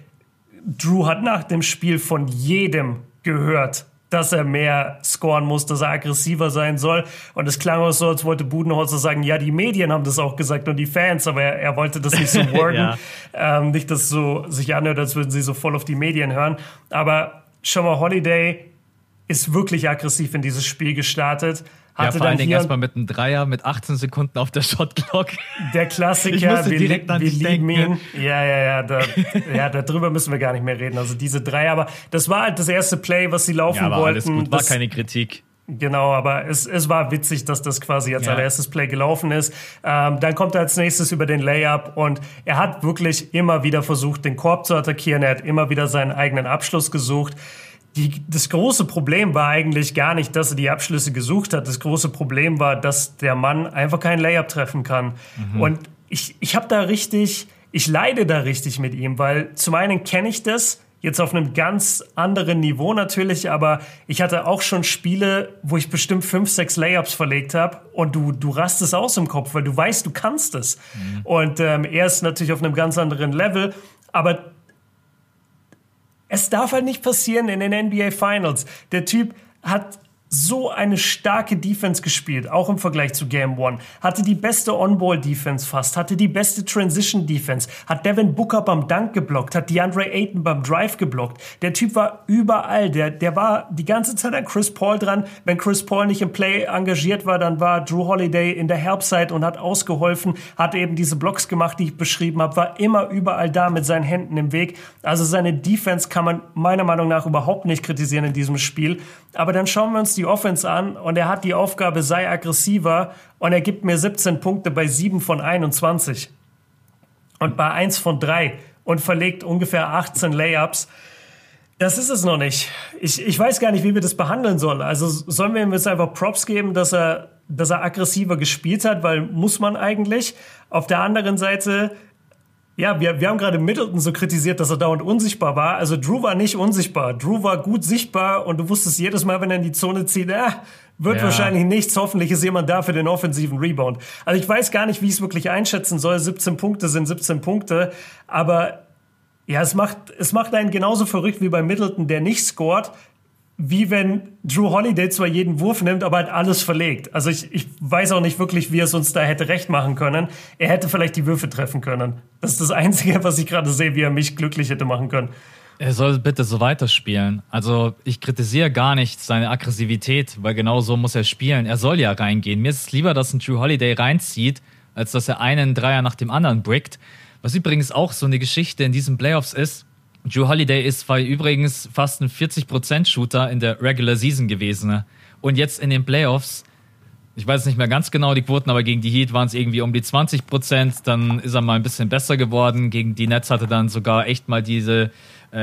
Drew hat nach dem Spiel von jedem gehört, dass er mehr scoren muss, dass er aggressiver sein soll. Und es klang auch so, als wollte Budenholzer sagen, ja, die Medien haben das auch gesagt und die Fans, aber er wollte das nicht so worden. Ja. Nicht, dass es so sich anhört, als würden sie so voll auf die Medien hören. Aber schon mal, Holiday ist wirklich aggressiv in dieses Spiel gestartet. Ja, vor allen Dingen erstmal mit einem Dreier mit 18 Sekunden auf der Shotclock. Der Klassiker, wir lieben ihn. Ja, darüber müssen wir gar nicht mehr reden. Also diese Dreier, aber das war halt das erste Play, was sie laufen wollten. Alles gut, war keine Kritik. Genau, aber es war witzig, dass das quasi als allererstes Play gelaufen ist. Dann kommt er als nächstes über den Layup und er hat wirklich immer wieder versucht, den Korb zu attackieren. Er hat immer wieder seinen eigenen Abschluss gesucht. Das große Problem war eigentlich gar nicht, dass er die Abschlüsse gesucht hat. Das große Problem war, dass der Mann einfach keinen Layup treffen kann. Und ich leide da richtig mit ihm, weil zum einen kenne ich das, jetzt auf einem ganz anderen Niveau natürlich, aber ich hatte auch schon Spiele, wo ich bestimmt 5, 6 Layups verlegt habe und du rastest aus im Kopf, weil du weißt, du kannst es. Und er ist natürlich auf einem ganz anderen Level, aber es darf halt nicht passieren in den NBA Finals. Der Typ hat so eine starke Defense gespielt, auch im Vergleich zu Game 1. Hatte die beste On-Ball-Defense fast, hatte die beste Transition-Defense, hat Devin Booker beim Dunk geblockt, hat DeAndre Ayton beim Drive geblockt. Der Typ war überall, der war die ganze Zeit an Chris Paul dran. Wenn Chris Paul nicht im Play engagiert war, dann war Drew Holiday in der Helpside und hat ausgeholfen, hat eben diese Blocks gemacht, die ich beschrieben habe, war immer überall da mit seinen Händen im Weg. Also seine Defense kann man meiner Meinung nach überhaupt nicht kritisieren in diesem Spiel. Aber dann schauen wir uns die Offense an und er hat die Aufgabe, sei aggressiver und er gibt mir 17 Punkte bei 7 von 21 und bei 1 von 3 und verlegt ungefähr 18 Layups. Das ist es noch nicht. Ich weiß gar nicht, wie wir das behandeln sollen. Also sollen wir ihm jetzt einfach Props geben, dass er aggressiver gespielt hat, weil muss man eigentlich. Auf der anderen Seite, ja, wir haben gerade Middleton so kritisiert, dass er dauernd unsichtbar war. Also Drew war nicht unsichtbar. Drew war gut sichtbar und du wusstest jedes Mal, wenn er in die Zone zieht, wird wahrscheinlich nichts. Hoffentlich ist jemand da für den offensiven Rebound. Also ich weiß gar nicht, wie ich es wirklich einschätzen soll. 17 Punkte sind 17 Punkte. Aber ja, es macht einen genauso verrückt wie bei Middleton, der nicht scoret, wie wenn Drew Holiday zwar jeden Wurf nimmt, aber halt alles verlegt. Also ich weiß auch nicht wirklich, wie er es uns da hätte recht machen können. Er hätte vielleicht die Würfe treffen können. Das ist das Einzige, was ich gerade sehe, wie er mich glücklich hätte machen können. Er soll bitte so weiterspielen. Also ich kritisiere gar nicht seine Aggressivität, weil genau so muss er spielen. Er soll ja reingehen. Mir ist es lieber, dass ein Drew Holiday reinzieht, als dass er einen Dreier nach dem anderen brickt. Was übrigens auch so eine Geschichte in diesen Playoffs ist. Drew Holiday war übrigens fast ein 40%-Shooter in der Regular Season gewesen. Und jetzt in den Playoffs, ich weiß nicht mehr ganz genau die Quoten, aber gegen die Heat waren es irgendwie um die 20%. Dann ist er mal ein bisschen besser geworden. Gegen die Nets hatte dann sogar echt mal diese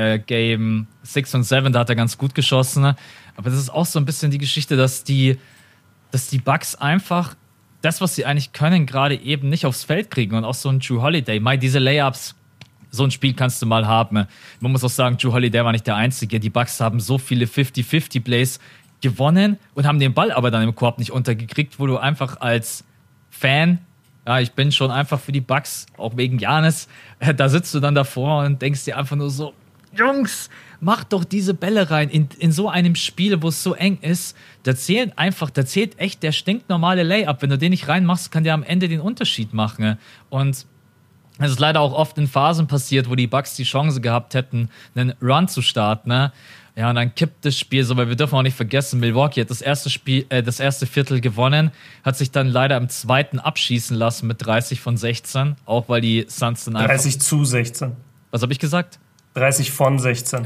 Game 6 und 7, da hat er ganz gut geschossen. Aber das ist auch so ein bisschen die Geschichte, dass die Bucks einfach das, was sie eigentlich können, gerade eben nicht aufs Feld kriegen. Und auch so ein Drew Holiday, diese Layups, so ein Spiel kannst du mal haben. Man muss auch sagen, Drew Holiday war nicht der Einzige. Die Bucks haben so viele 50-50-Plays gewonnen und haben den Ball aber dann im Korb nicht untergekriegt, wo du einfach als Fan Ja, ich bin schon einfach für die Bucks, auch wegen Giannis. Da sitzt du dann davor und denkst dir einfach nur so, Jungs, macht doch diese Bälle rein. In so einem Spiel, wo es so eng ist, da zählt echt der stinknormale Layup. Wenn du den nicht reinmachst, kann der am Ende den Unterschied machen. Und es ist leider auch oft in Phasen passiert, wo die Bucks die Chance gehabt hätten, einen Run zu starten, ne? Ja, und dann kippt das Spiel so, weil wir dürfen auch nicht vergessen, Milwaukee hat das erste Viertel gewonnen, hat sich dann leider im zweiten abschießen lassen mit 30 von 16, auch weil die Suns dann einfach... 30 zu 16. Was habe ich gesagt? 30 von 16.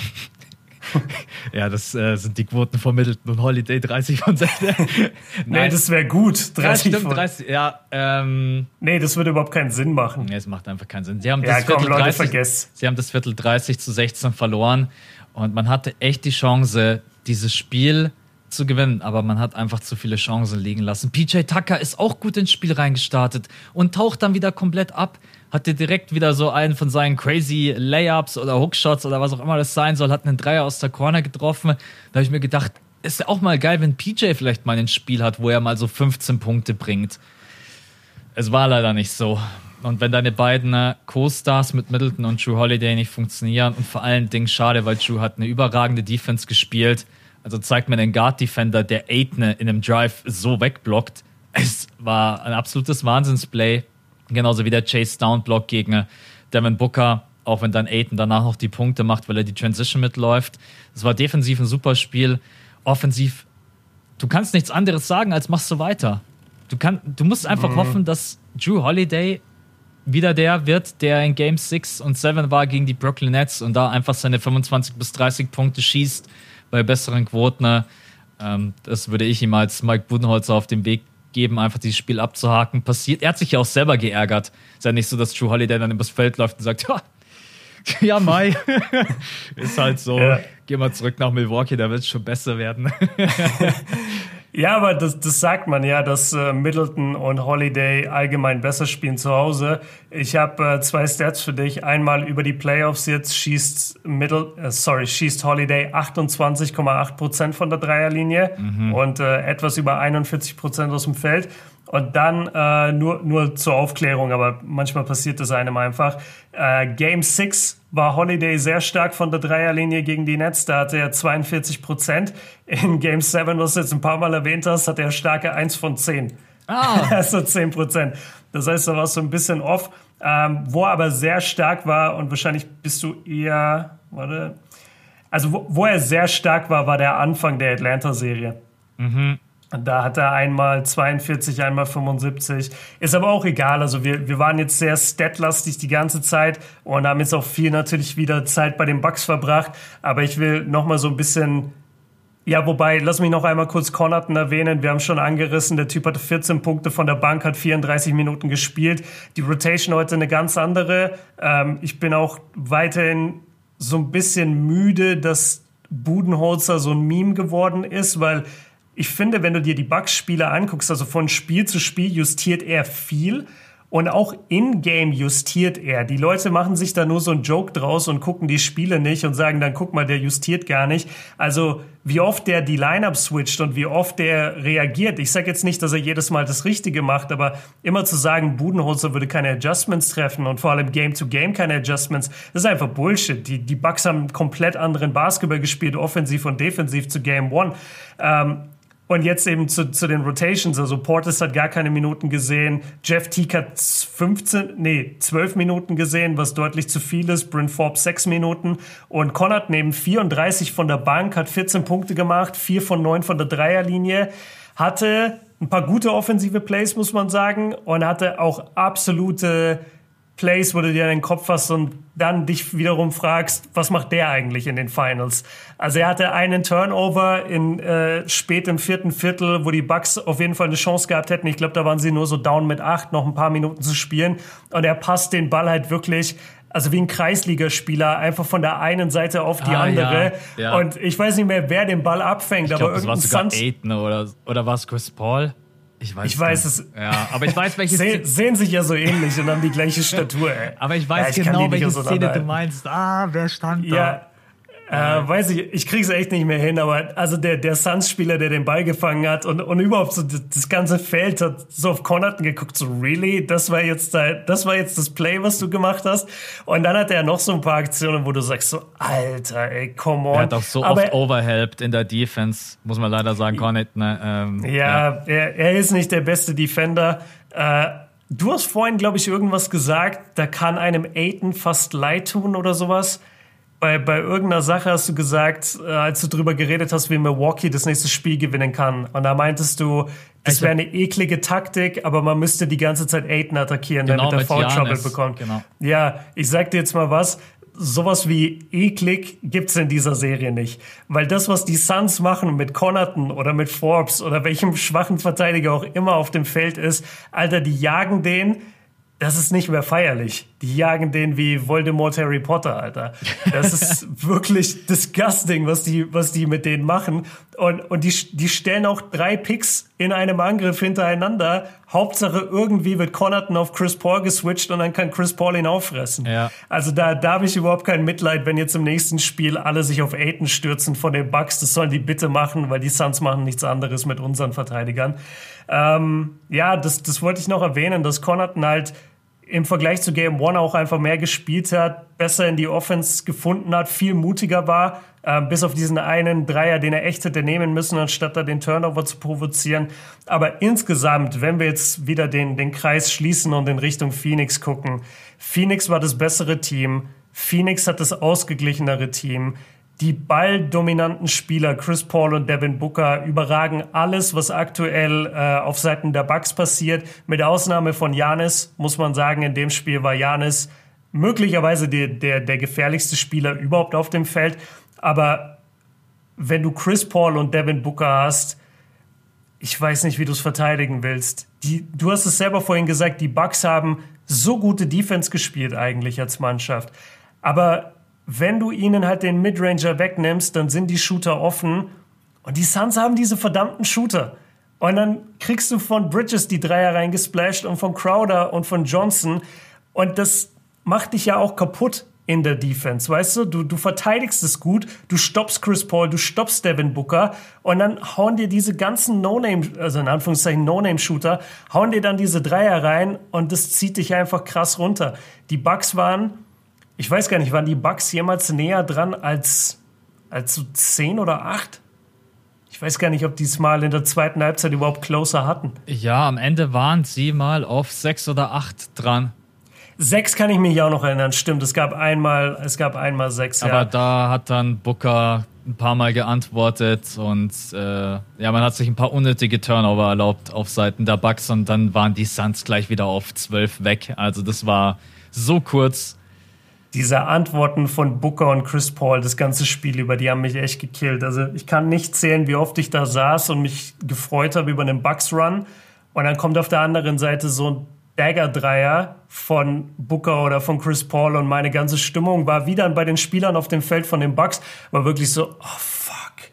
Ja, das sind die Quoten von Middleton und Holiday, 30 von 16. Nee, das wäre gut. 30 ja, stimmt, 30, ja. Nee, das würde überhaupt keinen Sinn machen. Nee, es macht einfach keinen Sinn. Sie haben das Viertel 30 zu 16 verloren und man hatte echt die Chance, dieses Spiel zu gewinnen, aber man hat einfach zu viele Chancen liegen lassen. PJ Tucker ist auch gut ins Spiel reingestartet und taucht dann wieder komplett ab. Hatte direkt wieder so einen von seinen crazy Layups oder Hookshots oder was auch immer das sein soll, hat einen Dreier aus der Corner getroffen. Da habe ich mir gedacht, ist ja auch mal geil, wenn PJ vielleicht mal ein Spiel hat, wo er mal so 15 Punkte bringt. Es war leider nicht so. Und wenn deine beiden Co-Stars mit Middleton und Jrue Holiday nicht funktionieren und vor allen Dingen schade, weil Jrue hat eine überragende Defense gespielt. Also zeigt mir einen Guard-Defender, der Ayton in einem Drive so wegblockt. Es war ein absolutes Wahnsinnsplay. Genauso wie der Chase-Down-Block gegen Devin Booker, auch wenn dann Ayton danach noch die Punkte macht, weil er die Transition mitläuft. Es war defensiv ein super Spiel. Offensiv, du kannst nichts anderes sagen, als machst du weiter. Du musst einfach hoffen, dass Jrue Holiday wieder der wird, der in Game 6 und 7 war gegen die Brooklyn Nets und da einfach seine 25 bis 30 Punkte schießt bei besseren Quoten. Das würde ich ihm als Mike Budenholzer auf den Weg geben, einfach dieses Spiel abzuhaken. Passiert. Er hat sich ja auch selber geärgert. Ist ja nicht so, dass Jrue Holiday dann übers Feld läuft und sagt, ja, Mai. Ist halt so. Ja. Geh mal zurück nach Milwaukee, da wird es schon besser werden. Ja, aber das sagt man ja, dass Middleton und Holiday allgemein besser spielen zu Hause. Ich habe 2 Stats für dich. Einmal über die Playoffs jetzt schießt Holiday 28,8% von der Dreierlinie und etwas über 41% aus dem Feld. Und dann nur zur Aufklärung, aber manchmal passiert das einem einfach. Game 6 war Holiday sehr stark von der Dreierlinie gegen die Nets. Da hatte er 42%. In Game 7, was du jetzt ein paar Mal erwähnt hast, hatte er starke 1 von 10. Also 10%. Das heißt, da war es so ein bisschen off. Wo er aber sehr stark war und wahrscheinlich bist du eher... Also wo er sehr stark war der Anfang der Atlanta-Serie. Da hat er einmal 42, einmal 75. Ist aber auch egal. Also wir waren jetzt sehr statlastig die ganze Zeit und haben jetzt auch viel natürlich wieder Zeit bei den Bucks verbracht. Aber ich will noch mal so ein bisschen... Ja, wobei, lass mich noch einmal kurz Connaughton erwähnen. Wir haben schon angerissen, der Typ hatte 14 Punkte von der Bank, hat 34 Minuten gespielt. Die Rotation heute eine ganz andere. Ich bin auch weiterhin so ein bisschen müde, dass Budenholzer so ein Meme geworden ist, weil ich finde, wenn du dir die Bucks-Spiele anguckst, also von Spiel zu Spiel justiert er viel und auch in-game justiert er. Die Leute machen sich da nur so einen Joke draus und gucken die Spiele nicht und sagen dann, guck mal, der justiert gar nicht. Also wie oft der die Line-Up switcht und wie oft der reagiert. Ich sage jetzt nicht, dass er jedes Mal das Richtige macht, aber immer zu sagen, Budenholzer würde keine Adjustments treffen und vor allem Game-to-Game keine Adjustments, das ist einfach Bullshit. Die Bucks haben komplett anderen Basketball gespielt, offensiv und defensiv zu Game 1. Und jetzt eben zu den Rotations, also Portis hat gar keine Minuten gesehen, Jeff Teague hat 12 Minuten gesehen, was deutlich zu viel ist, Bryn Forbes 6 Minuten und Connaughton neben 34 von der Bank, hat 14 Punkte gemacht, 4 von 9 von der Dreierlinie, hatte ein paar gute offensive Plays, muss man sagen, und hatte auch absolute Plays, wo du dir in den Kopf hast und dann dich wiederum fragst, was macht der eigentlich in den Finals? Also er hatte einen Turnover spät im 4. Viertel, wo die Bucks auf jeden Fall eine Chance gehabt hätten. Ich glaube, da waren sie nur so down mit 8, noch ein paar Minuten zu spielen. Und er passt den Ball halt wirklich, also wie ein Kreisligaspieler, einfach von der einen Seite auf die andere. Ja. Und ich weiß nicht mehr, wer den Ball abfängt. Ich glaube, das war sogar Ayton oder war es Chris Paul? Ich weiß es. Ja, aber ich weiß, welche sehen sich ja so ähnlich und haben die gleiche Statur. Ey. Aber ich weiß genau, welche Szene du meinst. Wer stand da? Weiß ich krieg's echt nicht mehr hin, aber also der Suns-Spieler, der den Ball gefangen hat und überhaupt so das ganze Feld hat so auf Connaughton geguckt, so really? Das war jetzt das Play, was du gemacht hast? Und dann hat er noch so ein paar Aktionen, wo du sagst so, Alter, ey, come on. Er hat auch so oft overhelped in der Defense, muss man leider sagen, Connaughton. Er ist nicht der beste Defender. Du hast vorhin, glaube ich, irgendwas gesagt, da kann einem Ayton fast leid tun oder sowas. Bei irgendeiner Sache hast du gesagt, als du drüber geredet hast, wie Milwaukee das nächste Spiel gewinnen kann. Und da meintest du, das wäre eine eklige Taktik, aber man müsste die ganze Zeit Ayton attackieren, damit er Foul Trouble bekommt. Genau. Ja, ich sag dir jetzt mal was. Sowas wie eklig gibt's in dieser Serie nicht. Weil das, was die Suns machen mit Connaughton oder mit Forbes oder welchem schwachen Verteidiger auch immer auf dem Feld ist, Alter, die jagen den. Das ist nicht mehr feierlich. Die jagen den wie Voldemort Harry Potter, Alter. Das ist wirklich disgusting, was die mit denen machen. Und die stellen auch 3 Picks in einem Angriff hintereinander. Hauptsache irgendwie wird Connaughton auf Chris Paul geswitcht und dann kann Chris Paul ihn auffressen. Ja. Also da habe ich überhaupt kein Mitleid, wenn jetzt im nächsten Spiel alle sich auf Ayton stürzen von den Bucks. Das sollen die bitte machen, weil die Suns machen nichts anderes mit unseren Verteidigern. Das wollte ich noch erwähnen, dass Connaughton halt im Vergleich zu Game 1 auch einfach mehr gespielt hat, besser in die Offense gefunden hat, viel mutiger war, bis auf diesen einen Dreier, den er echt hätte nehmen müssen, anstatt da den Turnover zu provozieren. Aber insgesamt, wenn wir jetzt wieder den Kreis schließen und in Richtung Phoenix gucken, Phoenix war das bessere Team, Phoenix hat das ausgeglichenere Team. Die balldominanten Spieler Chris Paul und Devin Booker überragen alles, was aktuell auf Seiten der Bucks passiert. Mit Ausnahme von Giannis, muss man sagen, in dem Spiel war Giannis möglicherweise der gefährlichste Spieler überhaupt auf dem Feld. Aber wenn du Chris Paul und Devin Booker hast, ich weiß nicht, wie du es verteidigen willst. Du hast es selber vorhin gesagt, die Bucks haben so gute Defense gespielt eigentlich als Mannschaft. Aber wenn du ihnen halt den Midranger wegnimmst, dann sind die Shooter offen. Und die Suns haben diese verdammten Shooter. Und dann kriegst du von Bridges die Dreier reingesplasht und von Crowder und von Johnson. Und das macht dich ja auch kaputt in der Defense, weißt du? Du verteidigst es gut, du stoppst Chris Paul, du stoppst Devin Booker und dann hauen dir diese ganzen No-Name, also in Anführungszeichen No-Name-Shooter, hauen dir dann diese Dreier rein und das zieht dich einfach krass runter. Die Bucks waren... Ich weiß gar nicht, waren die Bucks jemals näher dran als so 10 oder 8? Ich weiß gar nicht, ob die es mal in der zweiten Halbzeit überhaupt closer hatten. Ja, am Ende waren sie mal auf 6 oder 8 dran. 6 kann ich mich auch noch erinnern, stimmt. Es gab einmal 6, ja. Aber da hat dann Booker ein paar Mal geantwortet und man hat sich ein paar unnötige Turnover erlaubt auf Seiten der Bucks und dann waren die Suns gleich wieder auf 12 weg. Also das war so kurz. Diese Antworten von Booker und Chris Paul, das ganze Spiel über, die haben mich echt gekillt. Also ich kann nicht zählen, wie oft ich da saß und mich gefreut habe über einen Bucks-Run. Und dann kommt auf der anderen Seite so ein Dagger-Dreier von Booker oder von Chris Paul und meine ganze Stimmung war wieder bei den Spielern auf dem Feld von den Bucks, war wirklich so, oh fuck,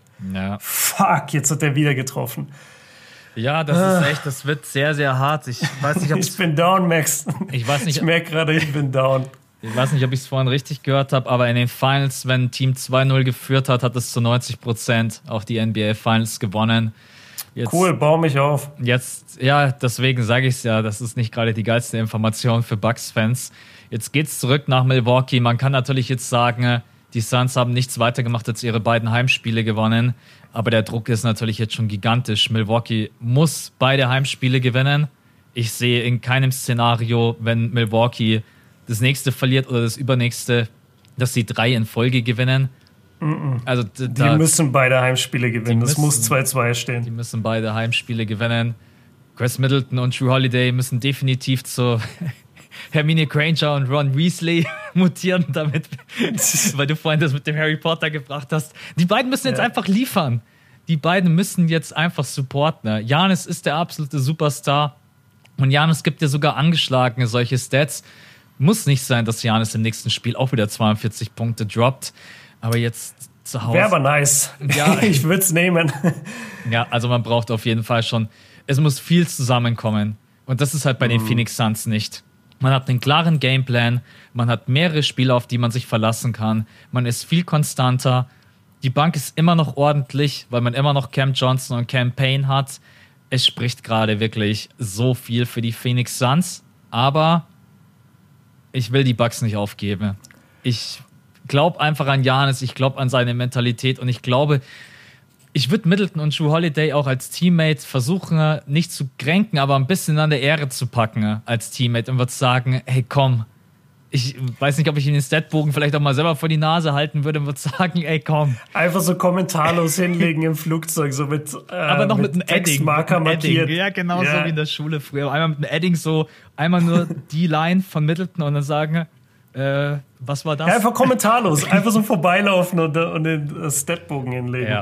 fuck, jetzt hat er wieder getroffen. Ja, das ist echt, das wird sehr, sehr hart. Ich weiß nicht, ich bin down, Max. Ich merke gerade, ich bin down. Ich weiß nicht, ob ich es vorhin richtig gehört habe, aber in den Finals, wenn ein Team 2-0 geführt hat, hat es zu 90% auch die NBA Finals gewonnen. Jetzt, cool, bau mich auf. Jetzt, ja, deswegen sage ich es ja, das ist nicht gerade die geilste Information für Bucks-Fans. Jetzt geht's zurück nach Milwaukee. Man kann natürlich jetzt sagen, die Suns haben nichts weiter gemacht als ihre beiden Heimspiele gewonnen. Aber der Druck ist natürlich jetzt schon gigantisch. Milwaukee muss beide Heimspiele gewinnen. Ich sehe in keinem Szenario, wenn Milwaukee das nächste verliert oder das übernächste, dass sie 3 in Folge gewinnen. Also die müssen beide Heimspiele gewinnen. Das muss 2-2 stehen. Die müssen beide Heimspiele gewinnen. Chris Middleton und Jrue Holiday müssen definitiv zu Hermine Granger und Ron Weasley mutieren, damit, weil du vorhin das mit dem Harry Potter gebracht hast. Die beiden müssen jetzt einfach liefern. Die beiden müssen jetzt einfach supporten. Giannis ist der absolute Superstar. Und Giannis gibt dir sogar angeschlagene solche Stats. Muss nicht sein, dass Giannis im nächsten Spiel auch wieder 42 Punkte droppt. Aber jetzt zu Hause. Wäre aber nice. Ja, ich würde es nehmen. Ja, also man braucht auf jeden Fall schon. Es muss viel zusammenkommen. Und das ist halt bei den Phoenix Suns nicht. Man hat einen klaren Gameplan, man hat mehrere Spieler, auf die man sich verlassen kann, man ist viel konstanter, die Bank ist immer noch ordentlich, weil man immer noch Cam Johnson und Cam Payne hat. Es spricht gerade wirklich so viel für die Phoenix Suns, aber ich will die Bucks nicht aufgeben. Ich glaube einfach an Giannis, ich glaube an seine Mentalität und ich glaube, ich würde Middleton und Jrue Holiday auch als Teammate versuchen, nicht zu kränken, aber ein bisschen an der Ehre zu packen als Teammate und würde sagen, hey komm, ich weiß nicht, ob ich ihn den Statbogen vielleicht auch mal selber vor die Nase halten würde und würde sagen, ey komm. Einfach so kommentarlos hinlegen im Flugzeug, so mit aber noch mit einem Textmarker markiert. Ja, genau so wie in der Schule früher. Einmal mit einem Edding so, einmal nur die Line von Middleton und dann sagen, was war das? Ja, einfach kommentarlos, einfach so vorbeilaufen und den Statbogen hinlegen.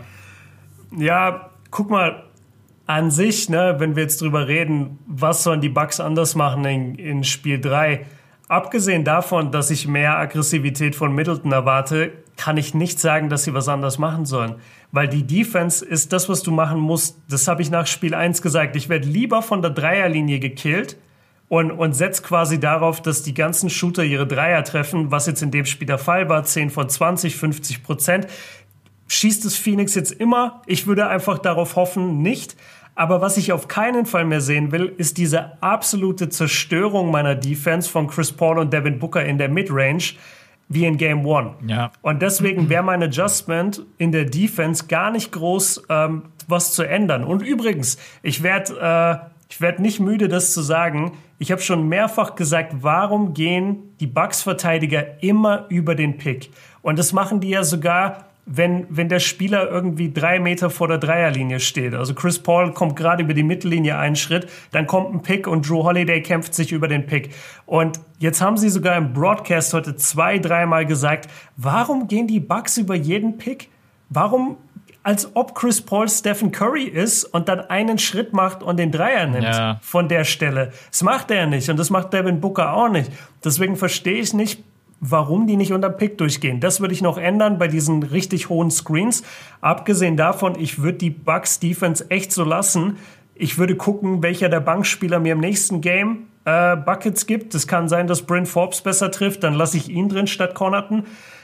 Ja, guck mal, an sich, ne, wenn wir jetzt drüber reden, was sollen die Bucks anders machen in Spiel 3? Abgesehen davon, dass ich mehr Aggressivität von Middleton erwarte, kann ich nicht sagen, dass sie was anders machen sollen. Weil die Defense ist das, was du machen musst. Das habe ich nach Spiel 1 gesagt. Ich werde lieber von der Dreierlinie gekillt und setze quasi darauf, dass die ganzen Shooter ihre Dreier treffen, was jetzt in dem Spiel der Fall war, 10 von 20, 50%. Schießt es Phoenix jetzt immer? Ich würde einfach darauf hoffen, nicht. Aber was ich auf keinen Fall mehr sehen will, ist diese absolute Zerstörung meiner Defense von Chris Paul und Devin Booker in der Midrange, wie in Game 1. Ja. Und deswegen wäre mein Adjustment in der Defense gar nicht groß, was zu ändern. Und übrigens, ich werd nicht müde, das zu sagen. Ich habe schon mehrfach gesagt, warum gehen die Bucks-Verteidiger immer über den Pick? Und das machen die ja sogar, wenn der Spieler irgendwie 3 Meter vor der Dreierlinie steht. Also Chris Paul kommt gerade über die Mittellinie einen Schritt, dann kommt ein Pick und Jrue Holiday kämpft sich über den Pick. Und jetzt haben sie sogar im Broadcast heute 2-3 Mal gesagt, warum gehen die Bucks über jeden Pick? Warum, als ob Chris Paul Stephen Curry ist und dann einen Schritt macht und den Dreier nimmt von der Stelle. Das macht er nicht und das macht Devin Booker auch nicht. Deswegen verstehe ich nicht, warum die nicht unter Pick durchgehen. Das würde ich noch ändern bei diesen richtig hohen Screens. Abgesehen davon, ich würde die Bucks Defense echt so lassen. Ich würde gucken, welcher der Bankspieler mir im nächsten Game Buckets gibt. Es kann sein, dass Bryn Forbes besser trifft. Dann lasse ich ihn drin statt Connaughton.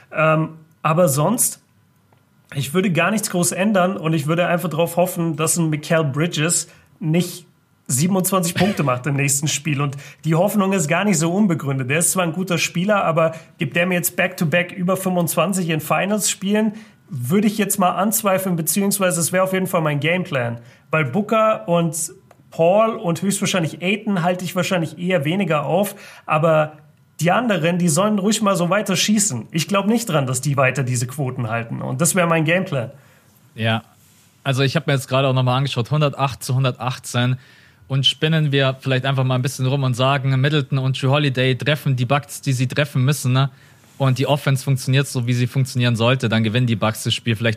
Aber sonst, ich würde gar nichts groß ändern und ich würde einfach darauf hoffen, dass ein Mikal Bridges nicht 27 Punkte macht im nächsten Spiel. Und die Hoffnung ist gar nicht so unbegründet. Der ist zwar ein guter Spieler, aber gibt der mir jetzt Back-to-Back über 25 in Finals spielen, würde ich jetzt mal anzweifeln, beziehungsweise es wäre auf jeden Fall mein Gameplan. Weil Booker und Paul und höchstwahrscheinlich Ayton halte ich wahrscheinlich eher weniger auf, aber die anderen, die sollen ruhig mal so weiter schießen. Ich glaube nicht dran, dass die weiter diese Quoten halten. Und das wäre mein Gameplan. Ja, also ich habe mir jetzt gerade auch nochmal angeschaut, 108-118. Und spinnen wir vielleicht einfach mal ein bisschen rum und sagen, Middleton und Jrue Holiday treffen die Bucks, die sie treffen müssen, ne? Und die Offense funktioniert so, wie sie funktionieren sollte, dann gewinnen die Bucks das Spiel vielleicht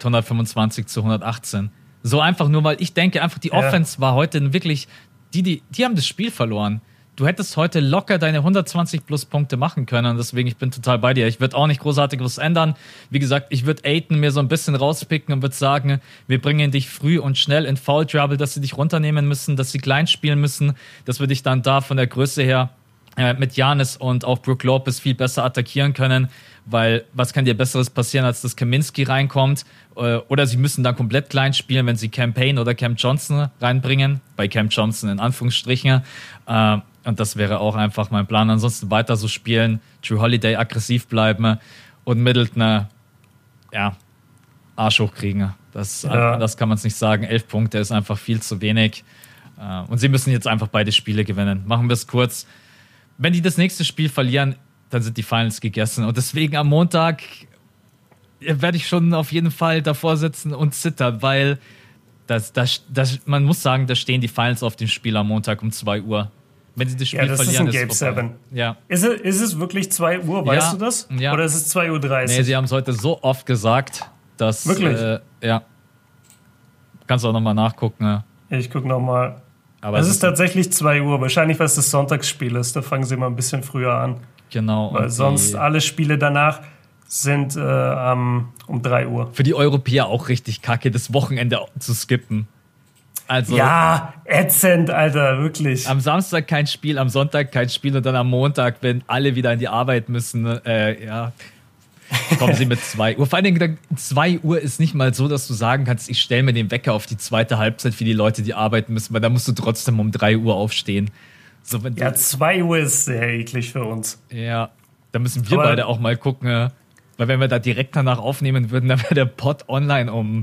125-118. So einfach nur, weil ich denke, einfach die Offense war heute wirklich, die haben das Spiel verloren. Du hättest heute locker deine 120 plus Punkte machen können. Deswegen, ich bin total bei dir. Ich würde auch nicht großartig was ändern. Wie gesagt, ich würde Ayton mir so ein bisschen rauspicken und würde sagen, wir bringen dich früh und schnell in Foul Trouble, dass sie dich runternehmen müssen, dass sie klein spielen müssen. Das würde ich dann da von der Größe her mit Giannis und auch Brook Lopez viel besser attackieren können. Weil was kann dir Besseres passieren, als dass Kaminsky reinkommt? Oder sie müssen dann komplett klein spielen, wenn sie Cam Payne oder Cam Johnson reinbringen. Bei Cam Johnson in Anführungsstrichen. Und das wäre auch einfach mein Plan. Ansonsten weiter so spielen, Jrue Holiday aggressiv bleiben und Middleton, Arsch hochkriegen. Das kann man es nicht sagen. 11 Punkte ist einfach viel zu wenig. Und sie müssen jetzt einfach beide Spiele gewinnen. Machen wir es kurz. Wenn die das nächste Spiel verlieren, dann sind die Finals gegessen. Und deswegen am Montag werde ich schon auf jeden Fall davor sitzen und zittern, weil man muss sagen, da stehen die Finals auf dem Spiel am Montag um 2 Uhr. Wenn sie das Spiel verlieren, ist ein Game 7. Ja. Ist es wirklich 2 Uhr, weißt du das? Ja. Oder ist es 2:30 Uhr? Nee, sie haben es heute so oft gesagt, dass... Wirklich? Ja. Kannst du auch nochmal nachgucken. Ja. Ich gucke nochmal. Aber es ist tatsächlich 2 Uhr. Wahrscheinlich, weil es das Sonntagsspiel ist. Da fangen sie mal ein bisschen früher an. Genau. Weil sonst alle Spiele danach sind um 3 Uhr. Für die Europäer auch richtig kacke, das Wochenende zu skippen. Also ja, ätzend, Alter, wirklich. am Samstag kein Spiel, am Sonntag kein Spiel und dann am Montag, wenn alle wieder in die Arbeit müssen, kommen sie mit 2 Uhr. Vor allen Dingen, 2 Uhr ist nicht mal so, dass du sagen kannst, ich stelle mir den Wecker auf die zweite Halbzeit für die Leute, die arbeiten müssen, weil da musst du trotzdem um 3 Uhr aufstehen. So, wenn 2 Uhr ist sehr eklig für uns. Ja, da müssen wir beide auch mal gucken, weil wenn wir da direkt danach aufnehmen würden, dann wäre der Pod online um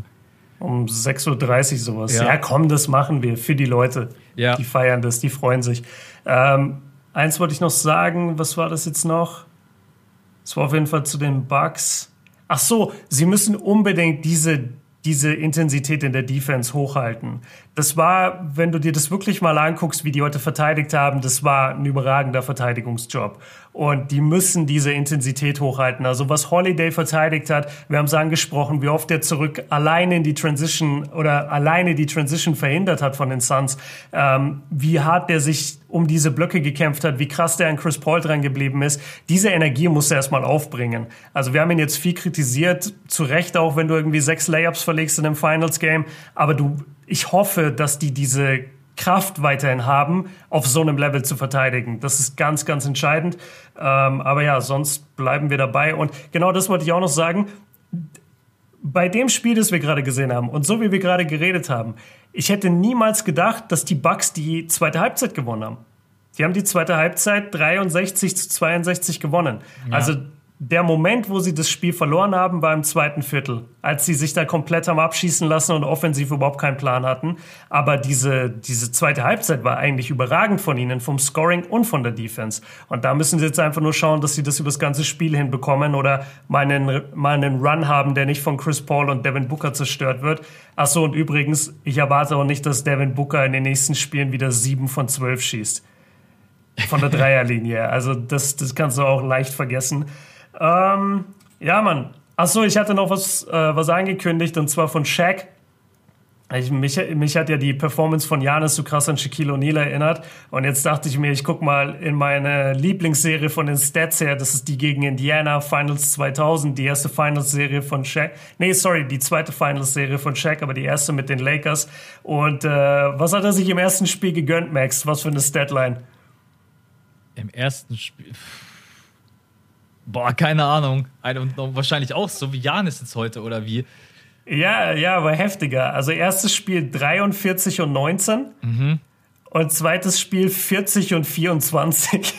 6:30 Uhr sowas. Ja, komm, das machen wir für die Leute. Ja. Die feiern das, die freuen sich. Eins wollte ich noch sagen, was war das jetzt noch? Es war auf jeden Fall zu den Bucks. Ach so, sie müssen unbedingt diese Intensität in der Defense hochhalten. Das war, wenn du dir das wirklich mal anguckst, wie die heute verteidigt haben, das war ein überragender Verteidigungsjob. Und die müssen diese Intensität hochhalten. Also was Holiday verteidigt hat, wir haben es angesprochen, wie oft er alleine die Transition verhindert hat von den Suns, wie hart der sich um diese Blöcke gekämpft hat, wie krass der an Chris Paul dran geblieben ist. Diese Energie muss er erstmal aufbringen. Also wir haben ihn jetzt viel kritisiert, zu Recht auch, wenn du irgendwie 6 Layups verlegst in einem Finals-Game, aber ich hoffe, dass die diese Kraft weiterhin haben, auf so einem Level zu verteidigen. Das ist ganz, ganz entscheidend. Aber ja, sonst bleiben wir dabei. Und genau das wollte ich auch noch sagen. Bei dem Spiel, das wir gerade gesehen haben und so wie wir gerade geredet haben, ich hätte niemals gedacht, dass die Bucks die zweite Halbzeit gewonnen haben. Die haben die zweite Halbzeit 63-62 gewonnen. Ja. Also der Moment, wo sie das Spiel verloren haben, war im zweiten Viertel, als sie sich da komplett haben abschießen lassen und offensiv überhaupt keinen Plan hatten. Aber diese zweite Halbzeit war eigentlich überragend von ihnen, vom Scoring und von der Defense. Und da müssen sie jetzt einfach nur schauen, dass sie das über das ganze Spiel hinbekommen oder mal einen Run haben, der nicht von Chris Paul und Devin Booker zerstört wird. Achso, und übrigens, ich erwarte auch nicht, dass Devin Booker in den nächsten Spielen wieder 7 von 12 schießt. Von der Dreierlinie. Also das kannst du auch leicht vergessen. Ja, Mann. Achso, ich hatte noch was angekündigt, und zwar von Shaq. Mich hat ja die Performance von Giannis so krass an Shaquille O'Neal erinnert. Und jetzt dachte ich mir, ich guck mal in meine Lieblingsserie von den Stats her. Das ist die gegen Indiana, Finals 2000, die erste Finals-Serie von Shaq. Die zweite Finals-Serie von Shaq, aber die erste mit den Lakers. Und was hat er sich im ersten Spiel gegönnt, Max? Was für eine Statline? Im ersten Spiel... Boah, keine Ahnung. Wahrscheinlich auch so wie Giannis jetzt heute, oder wie? Ja, war heftiger. Also erstes Spiel 43 und 19 und zweites Spiel 40 und 24.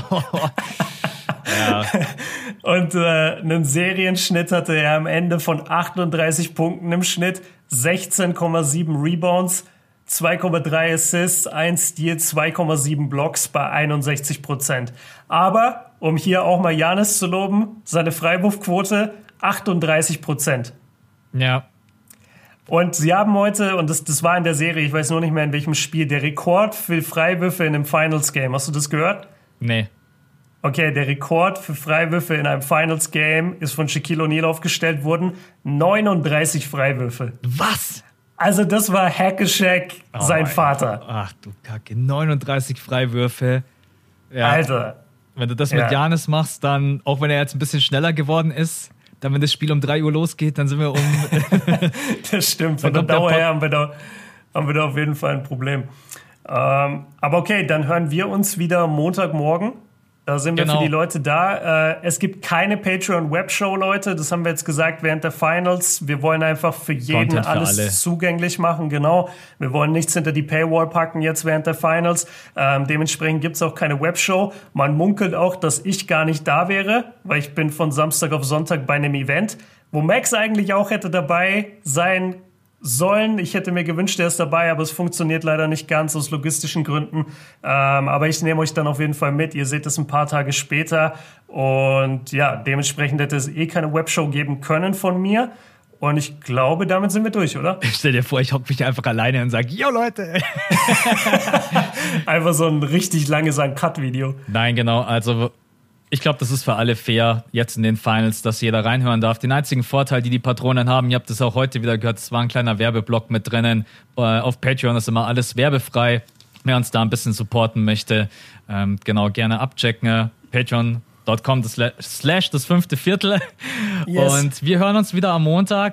Ja. Und einen Serienschnitt hatte er am Ende von 38 Punkten im Schnitt, 16,7 Rebounds, 2,3 Assists, 1 Steal, 2,7 Blocks bei 61%. Aber, um hier auch mal Giannis zu loben, seine Freiwurfquote 38%. Ja. Und sie haben heute, und das war in der Serie, ich weiß nur nicht mehr in welchem Spiel, der Rekord für Freiwürfe in einem Finals-Game. Hast du das gehört? Nee. Okay, der Rekord für Freiwürfe in einem Finals-Game ist von Shaquille O'Neal aufgestellt worden. 39 Freiwürfe. Was? Also das war Hack-a-Shaq, sein Vater. Ach du Kacke, 39 Freiwürfe. Ja. Alter. Wenn du das mit Giannis machst, dann, auch wenn er jetzt ein bisschen schneller geworden ist, dann, wenn das Spiel um 3 Uhr losgeht, dann sind wir Das stimmt, von der Dauer her haben wir da auf jeden Fall ein Problem. Aber okay, dann hören wir uns wieder Montagmorgen. Da sind wir für die Leute da. Es gibt keine Patreon-Webshow, Leute. Das haben wir jetzt gesagt während der Finals. Wir wollen einfach für jeden Content für alles alle zugänglich machen. Genau. Wir wollen nichts hinter die Paywall packen jetzt während der Finals. Dementsprechend gibt es auch keine Webshow. Man munkelt auch, dass ich gar nicht da wäre, weil ich bin von Samstag auf Sonntag bei einem Event, wo Max eigentlich auch hätte dabei sein sollen. Ich hätte mir gewünscht, er ist dabei, aber es funktioniert leider nicht ganz aus logistischen Gründen. Aber ich nehme euch dann auf jeden Fall mit. Ihr seht es ein paar Tage später. Und ja, dementsprechend hätte es keine Webshow geben können von mir. Und ich glaube, damit sind wir durch, oder? Ich stell dir vor, ich hocke mich einfach alleine und sage, yo Leute! Einfach so ein richtig langes Cut-Video. Nein, genau. Also ich glaube, das ist für alle fair, jetzt in den Finals, dass jeder reinhören darf. Den einzigen Vorteil, die Patronen haben, ihr habt es auch heute wieder gehört, es war ein kleiner Werbeblock mit drinnen. Auf Patreon ist immer alles werbefrei. Wer uns da ein bisschen supporten möchte, genau, gerne abchecken. Patreon.com/das 5. Viertel. Yes. Und wir hören uns wieder am Montag.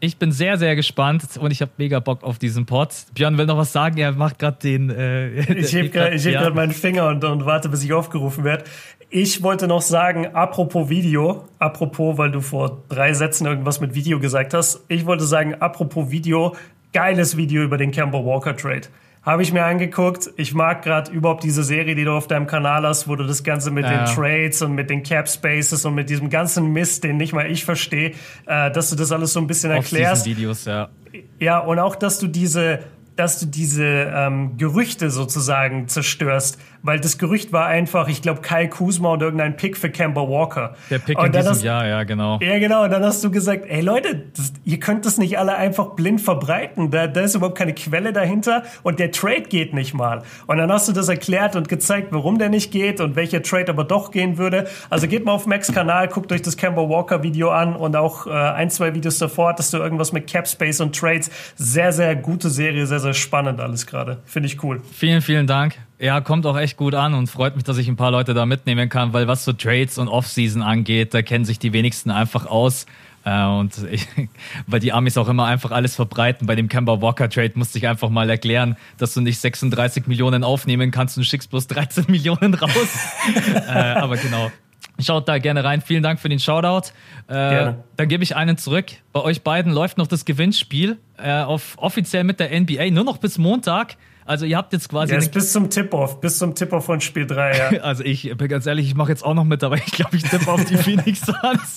Ich bin sehr, sehr gespannt und ich habe mega Bock auf diesen Pod. Björn will noch was sagen, er macht gerade den... ich heb grad meinen Finger und warte, bis ich aufgerufen werde. Ich wollte noch sagen, apropos Video, weil du vor 3 Sätzen irgendwas mit Video gesagt hast. Ich wollte sagen, apropos Video, geiles Video über den Kemba Walker Trade. Habe ich mir angeguckt. Ich mag gerade überhaupt diese Serie, die du auf deinem Kanal hast, wo du das Ganze mit den Trades und mit den Cap Spaces und mit diesem ganzen Mist, den nicht mal ich verstehe, dass du das alles so ein bisschen erklärst. Auf diesen Videos, ja. Ja, und auch, dass du diese Gerüchte sozusagen zerstörst. Weil das Gerücht war einfach, ich glaube, Kyle Kuzma und irgendein Pick für Kemba Walker. Der Pick in diesem Jahr, ja, genau. Ja, genau. Und dann hast du gesagt, ey Leute, ihr könnt das nicht alle einfach blind verbreiten. Da ist überhaupt keine Quelle dahinter und der Trade geht nicht mal. Und dann hast du das erklärt und gezeigt, warum der nicht geht und welcher Trade aber doch gehen würde. Also geht mal auf Max Kanal, guckt euch das Kemba Walker Video an und auch 1, 2 Videos davor hattest du irgendwas mit Cap Space und Trades. Sehr, sehr gute Serie, sehr, sehr spannend alles gerade. Finde ich cool. Vielen, vielen Dank. Ja, kommt auch echt gut an und freut mich, dass ich ein paar Leute da mitnehmen kann, weil was so Trades und Offseason angeht, da kennen sich die wenigsten einfach aus. Weil die Amis auch immer einfach alles verbreiten. Bei dem Kemba Walker Trade musste ich einfach mal erklären, dass du nicht 36 Millionen aufnehmen kannst und schickst bloß 13 Millionen raus. Aber genau. Schaut da gerne rein. Vielen Dank für den Shoutout. Dann gebe ich einen zurück. Bei euch beiden läuft noch das Gewinnspiel offiziell mit der NBA nur noch bis Montag. Also ihr habt jetzt quasi... Jetzt bis zum Tip-Off von Spiel 3, ja. Also ich bin ganz ehrlich, ich mache jetzt auch noch mit, aber ich glaube, ich tippe auf die Phoenix Suns.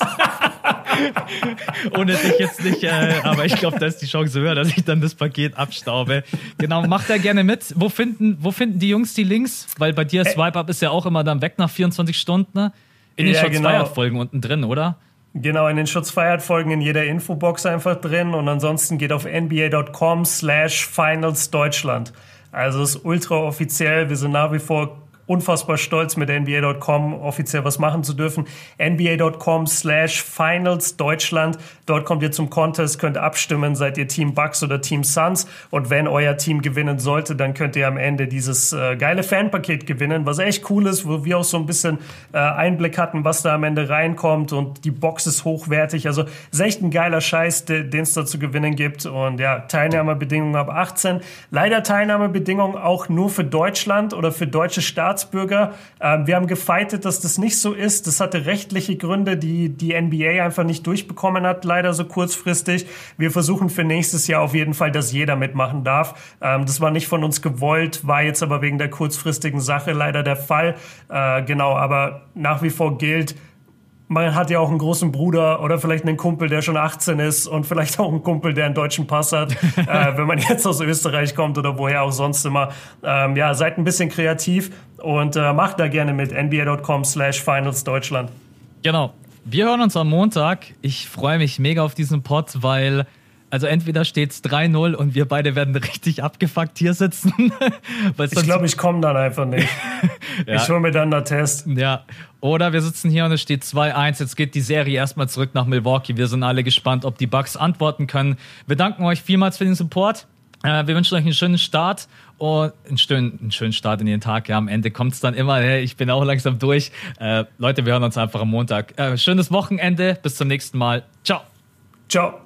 Ohne dich jetzt nicht, aber ich glaube, da ist die Chance höher, dass ich dann das Paket abstaube. Genau, macht da gerne mit. Wo finden die Jungs die Links? Weil bei dir Swipe-Up ist ja auch immer dann weg nach 24 Stunden, ne? In den Shots Fired Folgen unten drin, oder? Genau, in den Shots Fired Folgen in jeder Infobox einfach drin und ansonsten geht auf nba.com/Finals Deutschland. Also es ist ultra offiziell. Wir sind nach wie vor unfassbar stolz, mit NBA.com offiziell was machen zu dürfen. NBA.com/Finals Deutschland. Dort kommt ihr zum Contest, könnt abstimmen, seid ihr Team Bucks oder Team Suns. Und wenn euer Team gewinnen sollte, dann könnt ihr am Ende dieses geile Fanpaket gewinnen, was echt cool ist, wo wir auch so ein bisschen Einblick hatten, was da am Ende reinkommt. Und die Box ist hochwertig. Also ist echt ein geiler Scheiß, den es da zu gewinnen gibt. Und ja, Teilnahmebedingungen ab 18. Leider Teilnahmebedingungen auch nur für Deutschland oder für deutsche Staatsbürger. Wir haben gefightet, dass das nicht so ist. Das hatte rechtliche Gründe, die NBA einfach nicht durchbekommen hat, leider so kurzfristig. Wir versuchen für nächstes Jahr auf jeden Fall, dass jeder mitmachen darf. Das war nicht von uns gewollt, war jetzt aber wegen der kurzfristigen Sache leider der Fall. Genau, aber nach wie vor gilt, man hat ja auch einen großen Bruder oder vielleicht einen Kumpel, der schon 18 ist und vielleicht auch einen Kumpel, der einen deutschen Pass hat, wenn man jetzt aus Österreich kommt oder woher auch sonst immer. Ja, seid ein bisschen kreativ und macht da gerne mit. nba.com/Finals Deutschland. Genau. Wir hören uns am Montag. Ich freue mich mega auf diesen Pod, weil... Also entweder steht's 3-0 und wir beide werden richtig abgefuckt hier sitzen. Ich glaube, ich komme dann einfach nicht. Ja. Ich hole mir dann einen Test. Ja, oder wir sitzen hier und es steht 2-1. Jetzt geht die Serie erstmal zurück nach Milwaukee. Wir sind alle gespannt, ob die Bucks antworten können. Wir danken euch vielmals für den Support. Wir wünschen euch einen schönen Start und einen schönen Start in den Tag. Ja, am Ende kommt's dann immer. Hey, ich bin auch langsam durch. Leute, wir hören uns einfach am Montag. Schönes Wochenende. Bis zum nächsten Mal. Ciao. Ciao.